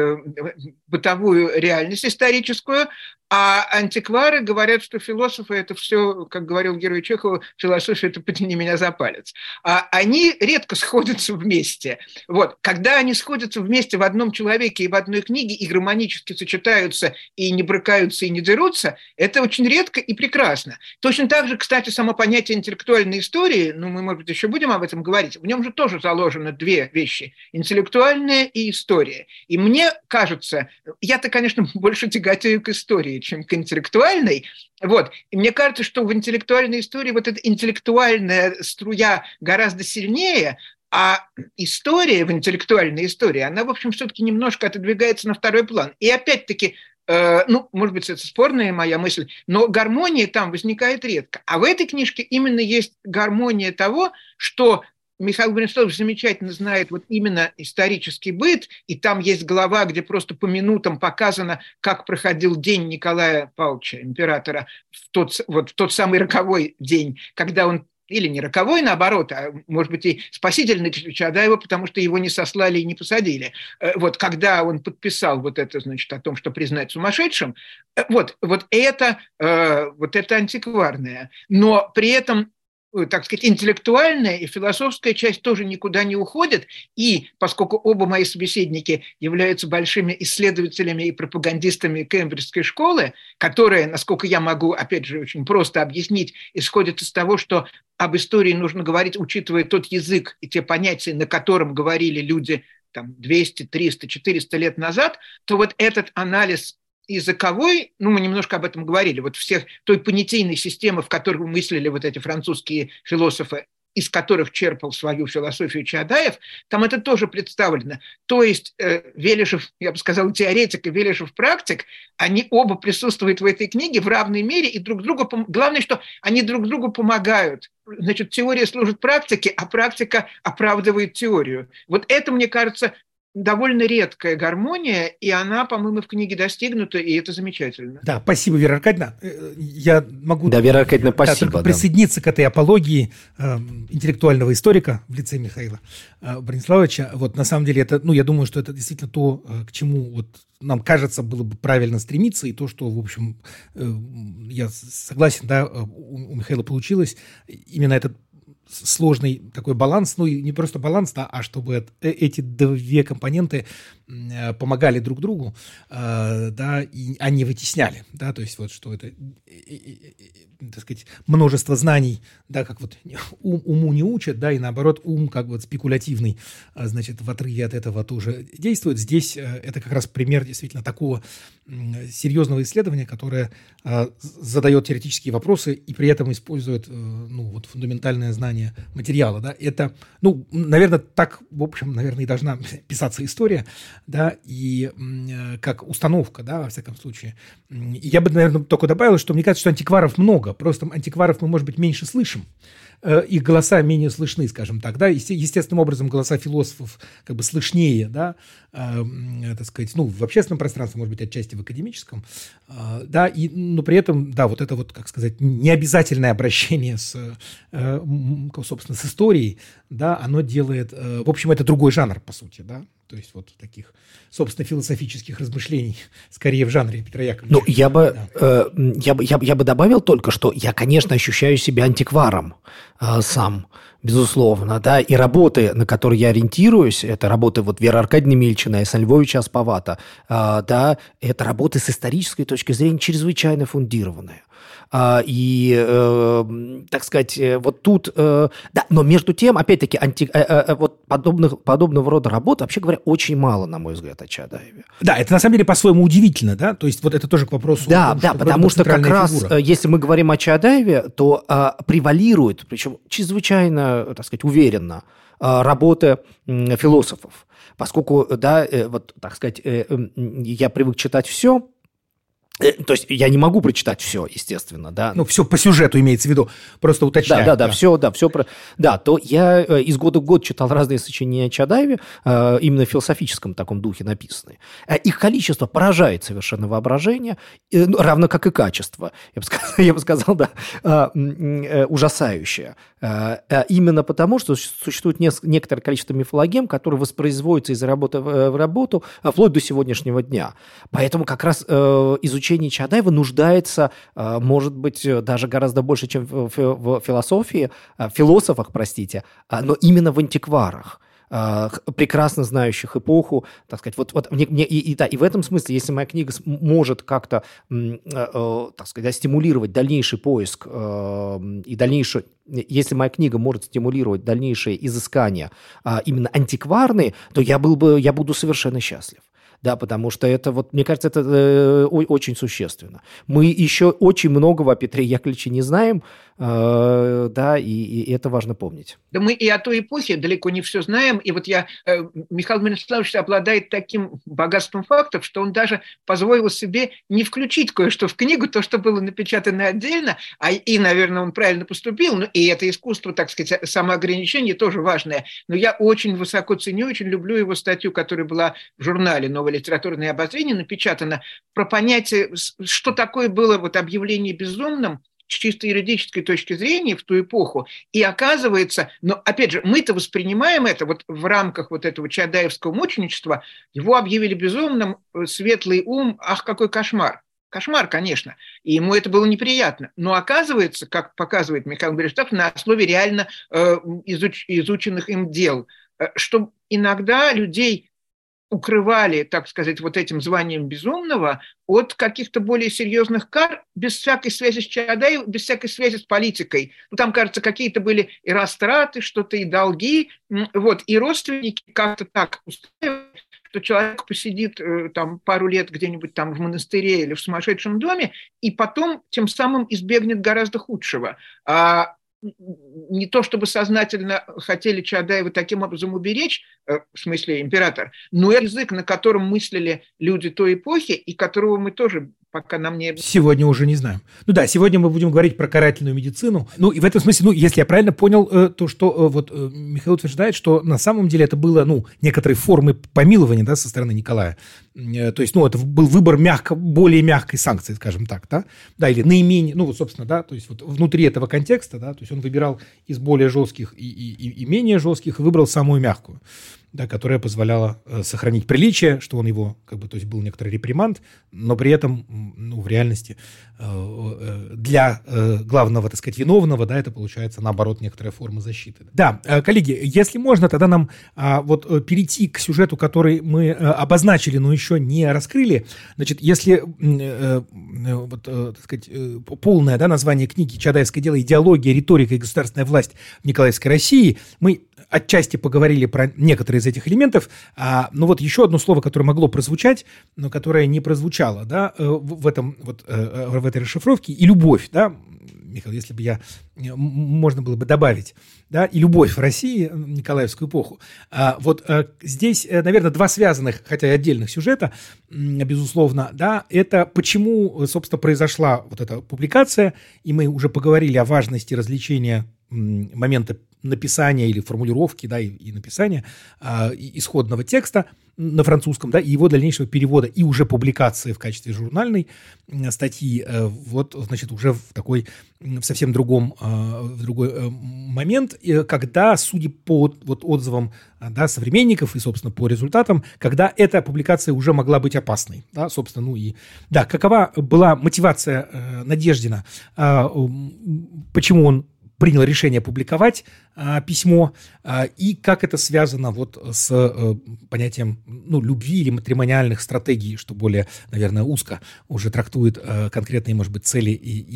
бытовую реальность историческую, а антиквары говорят, что философы – это все, как говорил герой Чехова, философия – это «потяни меня за палец». Они редко сходятся вместе. Вот. Когда они сходятся вместе в одном человеке и в одной книге, и гармонически сочетаются, и не брыкаются, и не дерутся, это очень редко и прекрасно. Точно так же, кстати, само понятие интеллектуальной истории, мы, может быть, еще будем об этом говорить, в нем же тоже заложено две вещи – интеллектуальная и история. И мне кажется, я-то, конечно, больше тяготею к истории, чем к интеллектуальной. Вот. И мне кажется, что в интеллектуальной истории вот эта интеллектуальная струя гораздо сильнее, а история в интеллектуальной истории, она, в общем, все-таки немножко отодвигается на второй план. И опять-таки, может быть, это спорная моя мысль, но гармония там возникает редко. А в этой книжке именно есть гармония того, что Михаил Брониславович замечательно знает вот именно исторический быт, и там есть глава, где просто по минутам показано, как проходил день Николая Павловича, императора, в тот самый роковой день, когда он, или не роковой, наоборот, а может быть и спасительный Чаадаева, потому что его не сослали и не посадили. Вот когда он подписал вот это, значит, о том, что признать сумасшедшим, вот это антикварное. Но при этом, так сказать, интеллектуальная и философская часть тоже никуда не уходят, и поскольку оба мои собеседники являются большими исследователями и пропагандистами Кембриджской школы, которая, насколько я могу, опять же, очень просто объяснить, исходит из того, что об истории нужно говорить, учитывая тот язык и те понятия, на котором говорили люди там, 200, 300, 400 лет назад, то вот этот анализ языковой, мы немножко об этом говорили, вот всех той понятийной системы, в которой мыслили вот эти французские философы, из которых черпал свою философию Чаадаев, там это тоже представлено. То есть Велишев, я бы сказал, теоретик и Велишев практик, они оба присутствуют в этой книге в равной мере, и друг другу, главное, что они друг другу помогают. Значит, теория служит практике, а практика оправдывает теорию. Вот это, мне кажется, довольно редкая гармония, и она, по-моему, в книге достигнута, и это замечательно. Да, спасибо, Вера Аркадьевна. Я могу Да, Вера Аркадьевна, спасибо. Присоединиться к этой апологии интеллектуального историка в лице Михаила Брониславовича. Вот, на самом деле, это, я думаю, что это действительно то, к чему вот нам кажется, было бы правильно стремиться, и то, что, в общем, я согласен, да, у Михаила получилось именно этот сложный такой баланс, и не просто баланс, да, а чтобы эти две компоненты помогали друг другу, да, и они вытесняли, да, то есть вот что это, так сказать, множество знаний, да, как вот уму не учат, да, и наоборот ум как вот спекулятивный, значит, в отрыве от этого тоже действует. Здесь это как раз пример действительно такого серьезного исследования, которое задает теоретические вопросы и при этом использует, вот фундаментальное знание материала, да, это, наверное, так, в общем, наверное, и должна писаться история, да, и как установка, да, во всяком случае. И я бы, наверное, только добавил, что мне кажется, что антикваров много, просто антикваров мы, может быть, меньше слышим, их голоса менее слышны, скажем так, да, естественным образом голоса философов как бы слышнее, да, так сказать, в общественном пространстве, может быть, отчасти в академическом, да, но при этом, да, вот это вот, как сказать, необязательное обращение собственно, с историей, да, оно делает, в общем, это другой жанр, по сути, да, то есть вот таких, собственно, философических размышлений, скорее в жанре Петра Яковлевича. Я бы добавил только, что я, конечно, ощущаю себя антикваром сам, безусловно, да, и работы, на которые я ориентируюсь, это работы вот Веры Аркадьевны Мильчиной, Сан Львовича Аспавата, да, это работы с исторической точки зрения чрезвычайно фундированные. И, так сказать, вот тут, да, но между тем, опять-таки, вот подобного рода работ, вообще говоря, очень мало, на мой взгляд, о Чаадаеве. Да, это на самом деле по-своему удивительно, да, то есть вот это тоже к вопросу. Да, потому что как раз, если мы говорим о Чаадаеве, то превалирует, причем чрезвычайно, так сказать, уверенно, работы философов, поскольку, да, вот, так сказать, я привык читать все. То есть я не могу прочитать все, естественно, да. Все по сюжету имеется в виду, просто уточняю. Да, все. Да, то я из года в год читал разные сочинения о Чаадаеве, именно в философическом таком духе написанные. Их количество поражает совершенно воображение, равно как и качество, я бы сказал, да, ужасающее. Именно потому, что существует некоторое количество мифологем, которые воспроизводятся из работы в работу вплоть до сегодняшнего дня. Поэтому как раз изучение Чаадаева нуждается, может быть, даже гораздо больше, чем в философии, философах, простите, но именно в антикварах, прекрасно знающих эпоху, так сказать, и в этом смысле, если моя книга может как-то, так сказать, стимулировать дальнейший поиск и дальнейший, если моя книга может стимулировать дальнейшие изыскания именно антикварные, то я буду совершенно счастлив. Да, потому что это, мне кажется, это очень существенно. Мы еще очень многого о Петре Яковлевиче не знаем, да, и это важно помнить. Да мы и о той эпохе далеко не все знаем, и вот Михаил Брониславович обладает таким богатством фактов, что он даже позволил себе не включить кое-что в книгу, то, что было напечатано отдельно, и, наверное, он правильно поступил, и это искусство, так сказать, самоограничение тоже важное, но я очень высоко ценю, очень люблю его статью, которая была в журнале «Новое литературное обозрение», напечатана, про понятие, что такое было объявление безумным, с чисто юридической точки зрения в ту эпоху. И оказывается, но опять же, мы-то воспринимаем это в рамках этого чаадаевского мученичества, его объявили безумным, светлый ум, ах, какой кошмар. Кошмар, конечно, и ему это было неприятно. Но оказывается, как показывает Михаил Берестов, на основе реально изученных им дел, что иногда людей укрывали, так сказать, этим званием безумного от каких-то более серьезных кар, без всякой связи с Чаадаевым, без всякой связи с политикой. Там, кажется, какие-то были и растраты, что-то и долги, и родственники как-то так устраивали, что человек посидит пару лет где-нибудь там в монастыре или в сумасшедшем доме, и потом тем самым избегнет гораздо худшего. Не то чтобы сознательно хотели Чаадаева таким образом уберечь, в смысле император, но это язык, на котором мыслили люди той эпохи, и которого мы тоже пока нам не... Сегодня уже не знаем. Ну да, сегодня мы будем говорить про карательную медицину. Ну и в этом смысле, если я правильно понял, то что Михаил утверждает, что на самом деле это было, некоторые формы помилования, да, со стороны Николая. То есть, это был выбор более мягкой санкции, скажем так, да, да, или наименее, собственно, да, то есть внутри этого контекста, да, то есть он выбирал из более жестких и менее жестких и выбрал самую мягкую, да, которая позволяла сохранить приличие, что он его, то есть был некоторый реприманд, но при этом, в реальности для главного, так сказать, виновного, да, это получается, наоборот, некоторая форма защиты. Да, коллеги, если можно, тогда нам перейти к сюжету, который мы обозначили, но еще не раскрыли. Значит, если, так сказать, полное, да, название книги «Чаадаевское дело. Идеология, риторика и государственная власть в Николаевской России», мы отчасти поговорили про некоторые из этих элементов, но еще одно слово, которое могло прозвучать, но которое не прозвучало, да, в этой расшифровке, и любовь, да, Михаил, если бы можно было бы добавить, да, и любовь в России, Николаевскую эпоху. Здесь, наверное, два связанных, хотя и отдельных сюжета, безусловно, да, это почему, собственно, произошла эта публикация, и мы уже поговорили о важности развлечения момента написания или формулировки, да, и написания исходного текста на французском, да, и его дальнейшего перевода и уже публикации в качестве журнальной статьи, значит, уже в совсем другой момент, когда, судя по отзывам, да, современников и, собственно, по результатам, когда эта публикация уже могла быть опасной, да, собственно, какова была мотивация Надеждина, почему он принял решение опубликовать письмо, и как это связано с понятием любви или матримониальных стратегий, что более, наверное, узко уже трактует конкретные, может быть, цели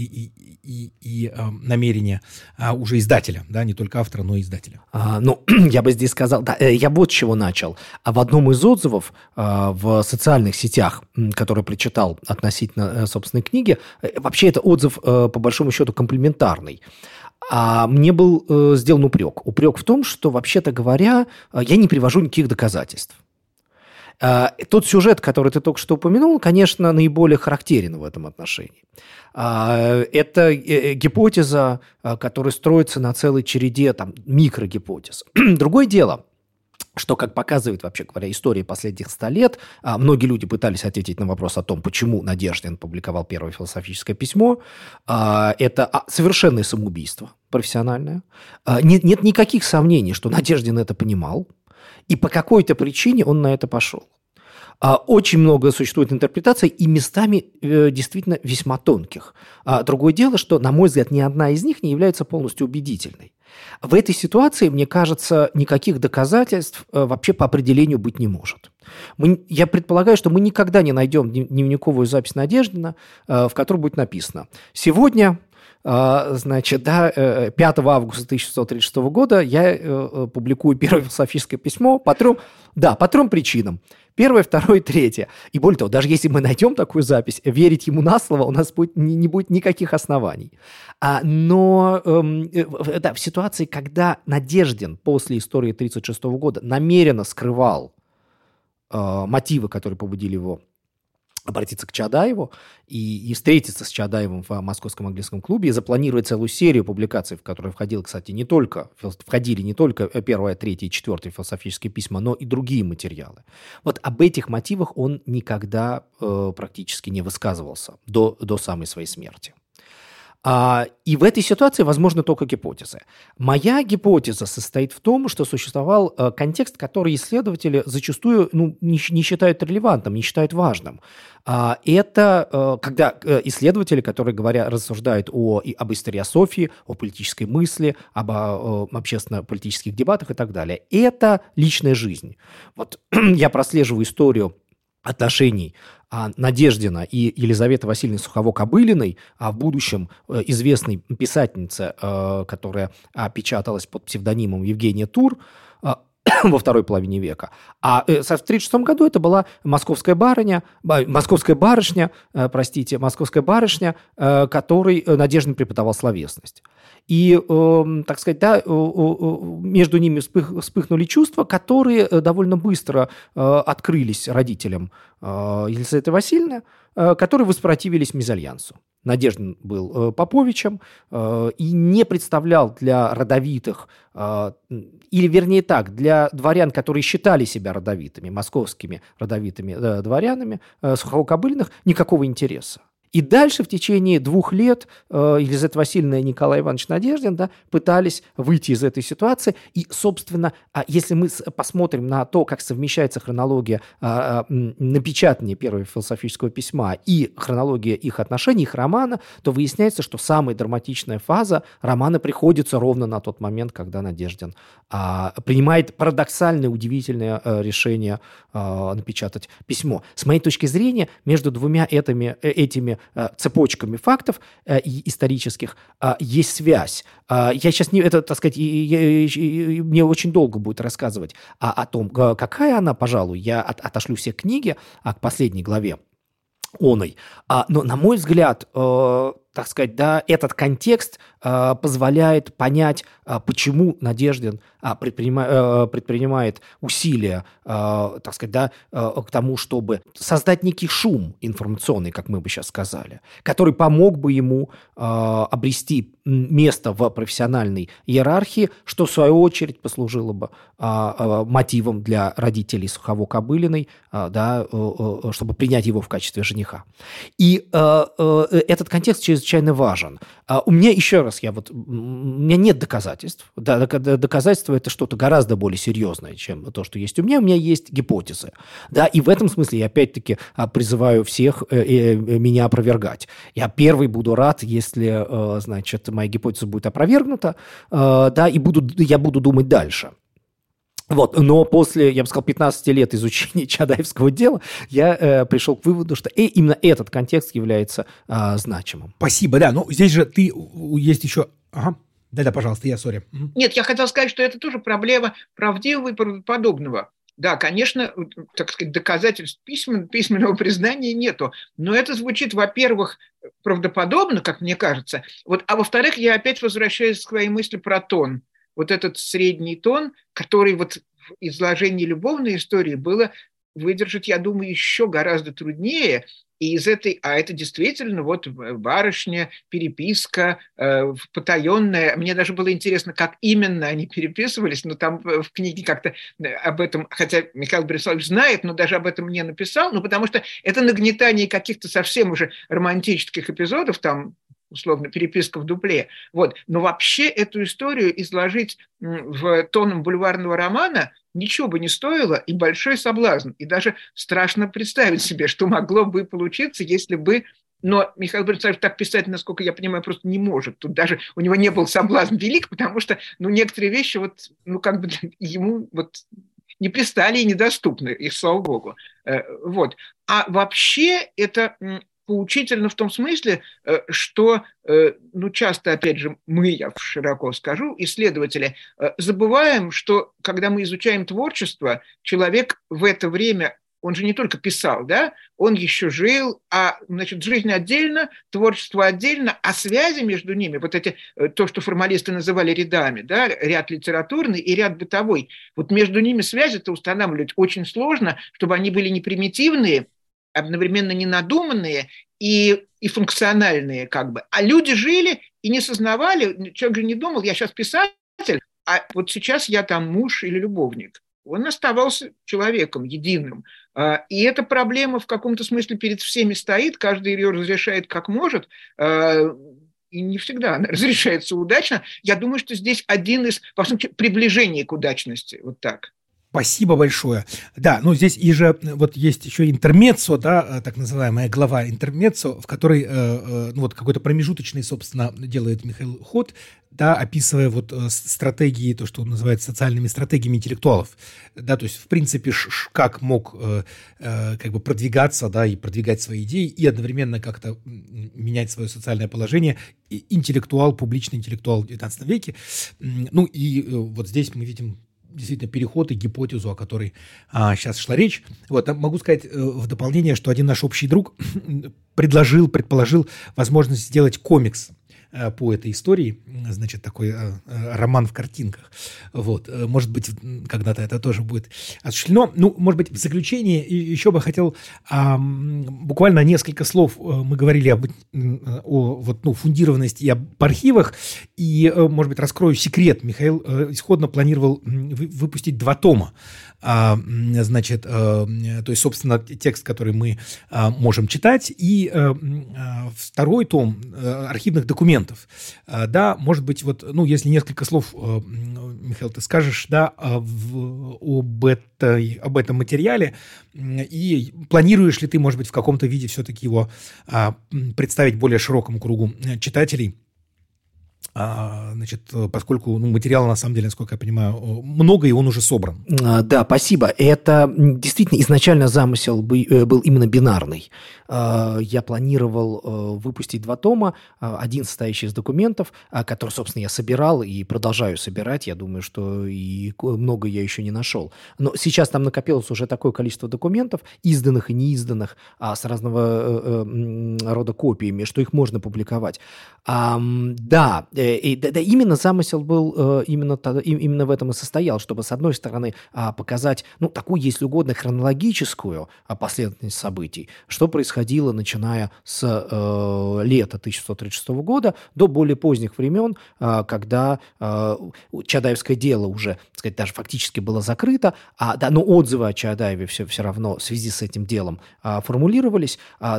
и намерения уже издателя, да, не только автора, но и издателя. Я бы здесь сказал, да, я вот с чего начал. В одном из отзывов в социальных сетях, который прочитал относительно собственной книги, вообще это отзыв, по большому счету, комплиментарный. А мне был сделан упрек. Упрек в том, что, вообще-то говоря, я не привожу никаких доказательств. Тот сюжет, который ты только что упомянул, конечно, наиболее характерен в этом отношении. Это гипотеза, которая строится на целой череде микрогипотез. Другое дело, что, как показывает, вообще говоря, история последних 100 лет, многие люди пытались ответить на вопрос о том, почему Надеждин публиковал первое философическое письмо. Это совершенное самоубийство профессиональное. Нет никаких сомнений, что Надеждин это понимал, и по какой-то причине он на это пошел. Очень много существует интерпретаций, и местами действительно весьма тонких. Другое дело, что, на мой взгляд, ни одна из них не является полностью убедительной. В этой ситуации, мне кажется, никаких доказательств вообще по определению быть не может. Я предполагаю, что мы никогда не найдем дневниковую запись Надеждина, в которой будет написано: «Сегодня, 5 августа 1636 года я публикую первое философическое письмо по трем причинам. Первое, второе, третье». И более того, даже если мы найдем такую запись, верить ему на слово у нас не будет никаких оснований. Но в ситуации, когда Надеждин после истории 1936 года намеренно скрывал мотивы, которые побудили его обратиться к Чаадаеву и встретиться с Чаадаевым в Московском английском клубе, и запланировать целую серию публикаций, в которые входили, кстати, не только первое, третье и четвертое философические письма, но и другие материалы. Об этих мотивах он никогда практически не высказывался до самой своей смерти. И в этой ситуации возможны только гипотезы. Моя гипотеза состоит в том, что существовал контекст, который исследователи зачастую не считают релевантным, не считают важным. Это когда исследователи, которые рассуждают об историософии, о политической мысли, об общественно-политических дебатах и так далее. Это личная жизнь. Я прослеживаю историю отношений Надеждина и Елизаветы Васильевны Сухово-Кобылиной, а в будущем известной писательнице, которая печаталась под псевдонимом Евгения Тур, во второй половине века. А в 1936 году это была московская барышня, которой Надеждин преподавал словесность. И, так сказать, да, между ними вспыхнули чувства, которые довольно быстро открылись родителям Елизаветы Васильевны, которые воспротивились мезальянсу. Надеждин был поповичем и не представлял для родовитых, или вернее так, для дворян, которые считали себя родовитыми, московскими родовитыми дворянами, Сухово-Кобыльных, никакого интереса. И дальше в течение 2 лет Елизавета Васильевна и Николай Иванович Надеждин, да, пытались выйти из этой ситуации. И, собственно, если мы посмотрим на то, как совмещается хронология напечатания первого философического письма и хронология их отношений, их романа, то выясняется, что самая драматичная фаза романа приходится ровно на тот момент, когда Надеждин принимает парадоксальное, удивительное решение напечатать письмо. С моей точки зрения, между двумя этими цепочками фактов исторических есть связь. Я сейчас не это, так сказать, мне очень долго будет рассказывать о том, какая она, пожалуй, я отошлю все книги к последней главе оной. Но, на мой взгляд, так сказать, да, этот контекст позволяет понять, почему Надеждин предпринимает усилия, так сказать, да, к тому, чтобы создать некий шум информационный, как мы бы сейчас сказали, который помог бы ему обрести место в профессиональной иерархии, что в свою очередь послужило бы мотивом для родителей Сухово-Кобылиной, да, чтобы принять его в качестве жениха. И этот контекст чрезвычайно важен. У меня, еще раз, у меня нет доказательств. Доказательства – это что-то гораздо более серьезное, чем то, что есть у меня. У меня есть гипотезы. Да, и в этом смысле я опять-таки призываю всех меня опровергать. Я первый буду рад, если, значит, моя гипотеза будет опровергнута, да, и я буду думать дальше. Вот, но после, я бы сказал, 15 лет изучения Чадаевского дела я пришел к выводу, что именно этот контекст является значимым. Спасибо, да. Ну, здесь же есть еще... Ага. Да-да, пожалуйста, сори. Нет, я хотел сказать, что это тоже проблема правдивого и правдоподобного. Да, конечно, так сказать, доказательств письменного признания нету, но это звучит, во-первых, правдоподобно, как мне кажется, а во-вторых, я опять возвращаюсь к своей мысли про тон. Вот этот средний тон, который в изложении любовной истории было выдержать, я думаю, еще гораздо труднее. И это действительно барышня, переписка, потаенная. Мне даже было интересно, как именно они переписывались, но там в книге как-то об этом, хотя Михаил Бориславович знает, но даже об этом не написал, потому что это нагнетание каких-то совсем уже романтических эпизодов, там, условно, переписка в дупле. Но вообще эту историю изложить в тоном бульварного романа ничего бы не стоило, и большой соблазн. И даже страшно представить себе, что могло бы получиться, если бы... Но Михаил Борисович так писать, насколько я понимаю, просто не может. Тут даже у него не был соблазн велик, потому что некоторые вещи ему не пристали и недоступны, и слава богу. А вообще это... поучительно в том смысле, что, часто, опять же, я широко скажу, исследователи, забываем, что, когда мы изучаем творчество, человек в это время, он же не только писал, да, он еще жил, жизнь отдельно, творчество отдельно, а связи между ними, то, что формалисты называли рядами, да, ряд литературный и ряд бытовой, между ними связи-то устанавливать очень сложно, чтобы они были не примитивные, одновременно ненадуманные и функциональные А люди жили и не сознавали, человек же не думал, я сейчас писатель, а сейчас я там муж или любовник. Он оставался человеком единым. И эта проблема в каком-то смысле перед всеми стоит, каждый ее разрешает как может, и не всегда она разрешается удачно. Я думаю, что здесь один из, во всяком случае, приближений к удачности. Так. Спасибо большое. Да, здесь есть еще интермеццо, да, так называемая глава интермеццо, в которой какой-то промежуточный, собственно, делает Михаил ход, да, описывая стратегии, то, что он называет социальными стратегиями интеллектуалов. Да, то есть, в принципе, как мог продвигаться, да, и продвигать свои идеи, и одновременно как-то менять свое социальное положение интеллектуал, публичный интеллектуал в XIX веке. И здесь мы видим действительно переход и гипотезу, о которой сейчас шла речь. Вот, могу сказать в дополнение, что один наш общий друг предположил возможность сделать комикс по этой истории, значит, такой роман в картинках. Вот. Может быть, когда-то это тоже будет осуществлено. Ну, может быть, в заключение еще бы хотел буквально несколько слов. Мы говорили о фундированности и об архивах. И, может быть, раскрою секрет. Михаил исходно планировал выпустить 2 тома. Значит, то есть, собственно, текст, который мы можем читать, и 2 том архивных документов. Да, может быть, вот, ну, если несколько слов, Михаил, ты скажешь, да, об этом материале, и планируешь ли ты, может быть, в каком-то виде все-таки его представить более широкому кругу читателей? Значит, поскольку материала, на самом деле, насколько я понимаю, много, и он уже собран. Да, спасибо. Это действительно изначально замысел был именно бинарный. Я планировал выпустить 2 тома, один состоящий из документов, который, собственно, я собирал и продолжаю собирать. Я думаю, что и много я еще не нашел. Но сейчас там накопилось уже такое количество документов, изданных и неизданных, с разного рода копиями, что их можно публиковать. Да, именно замысел был именно в этом и состоял, чтобы, с одной стороны, показать, такую, если угодно, хронологическую последовательность событий, что происходило, начиная с лета 1936 года до более поздних времен, когда Чаадаевское дело уже, так сказать, даже фактически было закрыто, но отзывы о Чаадаеве все равно в связи с этим делом формулировались, а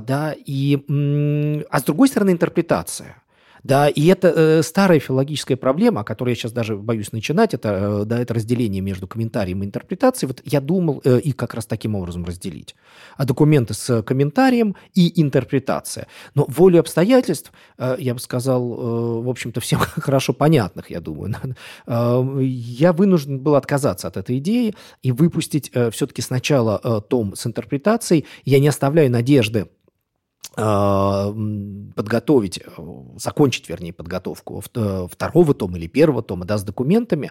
с другой стороны, интерпретация. Да, и это старая филологическая проблема, о которой я сейчас даже боюсь начинать, это разделение между комментарием и интерпретацией. Вот я думал и как раз таким образом разделить. Документы с комментарием и интерпретация. Но волей обстоятельств, я бы сказал, в общем-то, всем хорошо понятных, я думаю, я вынужден был отказаться от этой идеи и выпустить все-таки сначала том с интерпретацией. Я не оставляю надежды закончить, вернее, подготовку 2-го тома или 1-го тома, с документами,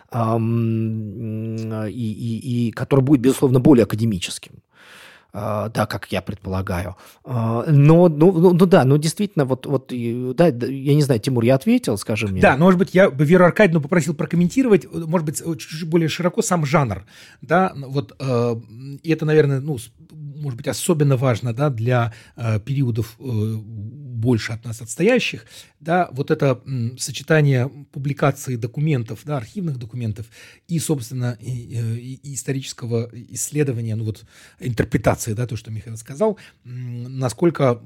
и который будет, безусловно, более академическим. Да, как я предполагаю. Но действительно, да, я не знаю, Тимур, я ответил, скажи мне. Да, но, может быть, я бы Веру Аркадьевну попросил прокомментировать, может быть, чуть-чуть более широко сам жанр, да, и это, наверное, может быть, особенно важно, да, для периодов больше от нас отстоящих, да, вот это сочетание публикации документов, да, архивных документов и, собственно, и исторического исследования, интерпретации, да, то, что Михаил сказал, насколько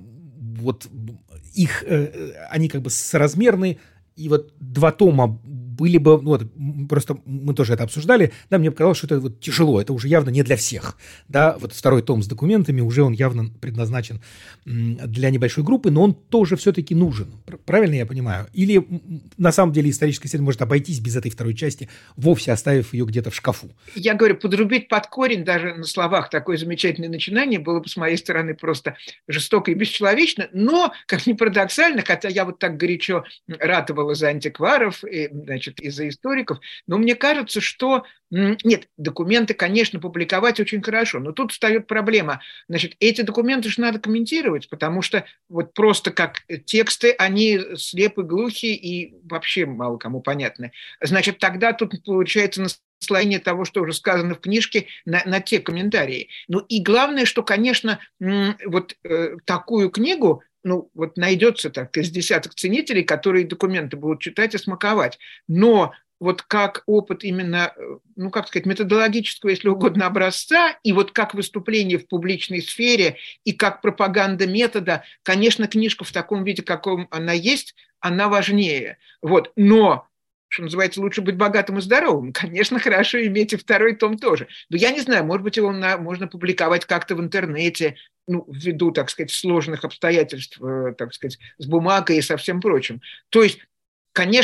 они как бы соразмерны, и 2 тома были бы, просто мы тоже это обсуждали, да, мне показалось, что это тяжело, это уже явно не для всех, да, 2-й том с документами уже он явно предназначен для небольшой группы, но он тоже все-таки нужен, правильно я понимаю? Или на самом деле историческое исследование может обойтись без этой 2-й части, вовсе оставив ее где-то в шкафу? Я говорю, подрубить под корень даже на словах такое замечательное начинание было бы с моей стороны просто жестоко и бесчеловечно, но, как ни парадоксально, хотя я так горячо ратовала за антикваров, и за историков, но мне кажется, что нет, документы, конечно, публиковать очень хорошо, но тут встает проблема. Значит, эти документы же надо комментировать, потому что просто как тексты, они слепы, глухи и вообще мало кому понятны. Значит, тогда тут получается наслоение того, что уже сказано в книжке, на те комментарии. И главное, что, конечно, такую книгу найдется из десяток ценителей, которые документы будут читать и смаковать. Но как опыт именно, методологического, если угодно, образца, и как выступление в публичной сфере, и как пропаганда метода, конечно, книжка в таком виде, каком она есть, она важнее. Но что называется, лучше быть богатым и здоровым. Конечно, хорошо иметь и 2-й том тоже. Но я не знаю, может быть, его можно публиковать как-то в интернете, ввиду, так сказать, сложных обстоятельств, так сказать, с бумагой и со всем прочим. То есть, конечно,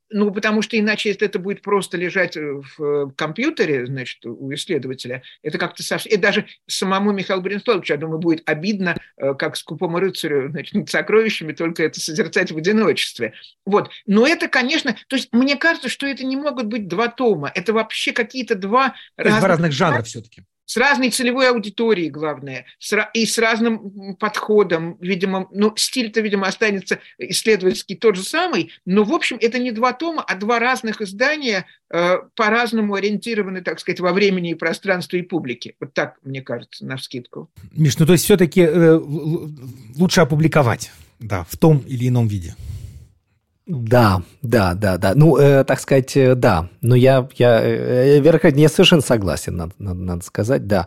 Ну, потому что иначе, если это будет просто лежать в компьютере, значит, у исследователя, это как-то совсем... И даже самому Михаилу Бринславовичу, я думаю, будет обидно, как скупому рыцарю, значит, над сокровищами, только это созерцать в одиночестве. Вот. Но это, конечно... То есть мне кажется, что это не могут быть два тома. Это вообще какие-то два разных жанра все-таки. С разной целевой аудиторией, главное, и с разным подходом, видимо, ну, стиль-то, видимо, останется исследовательский тот же самый, но, в общем, это не два тома, а два разных издания, по-разному ориентированы, так сказать, во времени и пространстве и публике. Вот так, мне кажется, навскидку. Миш, ну, то есть все-таки лучше опубликовать, да, в том или ином виде. Да. Ну, так сказать, да. Но я совершенно согласен, надо сказать, да.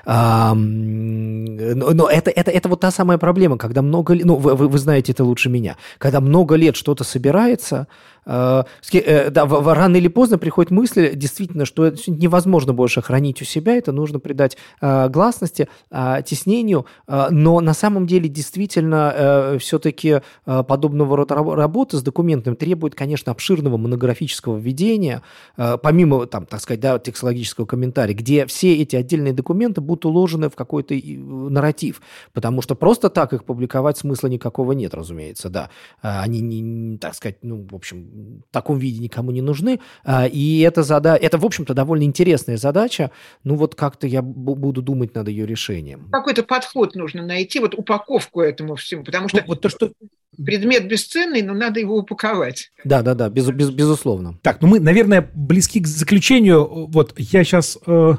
Но это вот та самая проблема, когда много лет, ну, вы знаете это лучше меня, когда много лет что-то собирается, да, рано или поздно приходит мысль, действительно, что это невозможно больше хранить у себя, это нужно придать гласности, теснению, но на самом деле действительно все-таки подобного рода работы с документами требует, конечно, обширного монографического введения, помимо, там, так сказать, да, текстологического комментария, где все эти отдельные документы будут уложены в какой-то нарратив, потому что просто так их публиковать смысла никакого нет, разумеется, да. Они, не, так сказать, ну, в общем, в таком виде никому не нужны, и это, в общем-то, довольно интересная задача, ну, вот как-то я буду думать над ее решением. Какой-то подход нужно найти, вот упаковку этому всему, потому что... Вот то, что... Предмет бесценный, но надо его упаковать. Да, безусловно. Так, ну мы, наверное, близки к заключению. Вот я сейчас,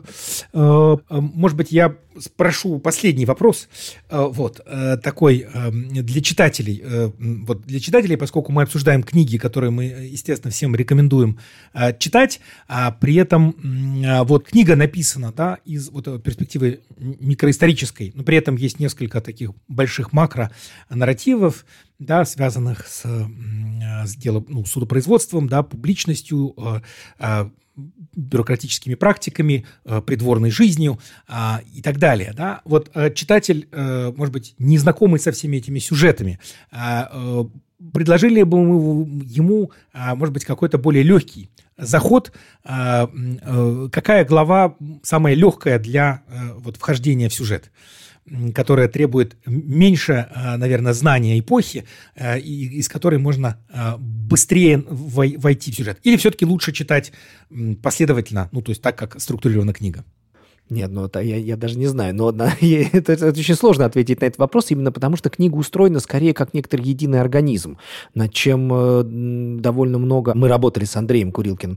может быть, я спрошу последний вопрос, такой для читателей. Вот для читателей, поскольку мы обсуждаем книги, которые мы, естественно, всем рекомендуем читать, а при этом вот книга написана, да, из вот перспективы микроисторической, но при этом есть несколько таких больших макро-нарративов, да, связанных с делом, ну, судопроизводством, да, публичностью, бюрократическими практиками, придворной жизнью и так далее. Да? Вот читатель, может быть, не знакомый со всеми этими сюжетами, предложили бы мы ему, может быть, какой-то более легкий заход. Какая глава самая легкая для вот, вхождения в сюжет, которая требует меньше, наверное, знания эпохи, из которой можно быстрее войти в сюжет? Или все-таки лучше читать последовательно, ну, то есть так, как структурирована книга? Нет, ну это я даже не знаю, но это очень сложно ответить на этот вопрос, именно потому что книга устроена скорее как некоторый единый организм, над чем довольно много мы работали с Андреем Курилкиным.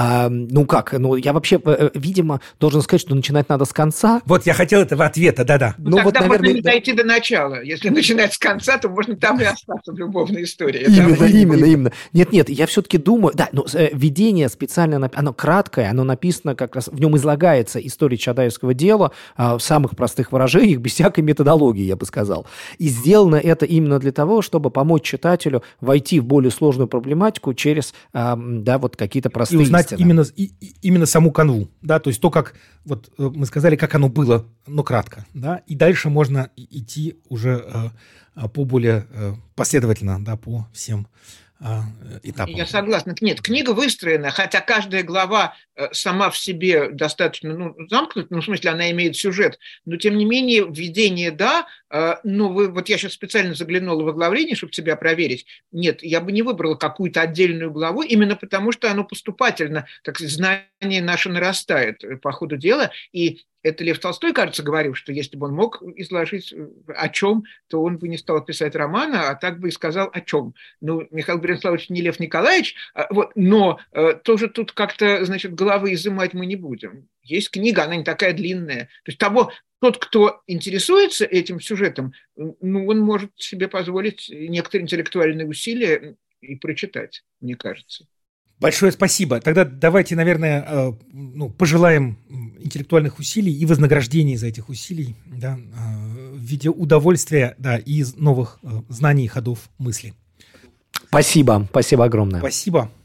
Я вообще, видимо, должен сказать, что начинать надо с конца. Вот я хотел этого ответа, да-да. Ну, тогда вот, наверное, можно не дойти до начала. Если начинать с конца, то можно там и остаться в любовной истории. Именно. Нет, я все-таки думаю, да, но введение специально, оно краткое, оно написано как раз, в нем излагается история Чадаевского дела в самых простых выражениях, без всякой методологии, я бы сказал. И сделано это именно для того, чтобы помочь читателю войти в более сложную проблематику через, да, вот какие-то простые истины. И узнать именно саму канву, да, то есть то, как, вот мы сказали, как оно было, но кратко, да, и дальше можно идти уже по более последовательно, да, по всем этапам. Я согласна. Нет, книга выстроена, хотя каждая глава сама в себе достаточно замкнута, в смысле она имеет сюжет, но тем не менее введение, да, вот я сейчас специально заглянула в оглавление, чтобы себя проверить. Нет, я бы не выбрала какую-то отдельную главу, именно потому что оно поступательно, так сказать, знание наше нарастает по ходу дела, и это Лев Толстой, кажется, говорил, что если бы он мог изложить о чем, то он бы не стал писать романа, а так бы и сказал о чем. Ну, Михаил Бринславович не Лев Николаевич, но тоже тут как-то, значит, головы изымать мы не будем. Есть книга, она не такая длинная. То есть тот, кто интересуется этим сюжетом, он может себе позволить некоторые интеллектуальные усилия и прочитать, мне кажется. Большое спасибо. Тогда давайте, наверное, пожелаем интеллектуальных усилий и вознаграждения за этих усилий, да, в виде удовольствия, да, и новых знаний и ходов мысли. Спасибо огромное. Спасибо.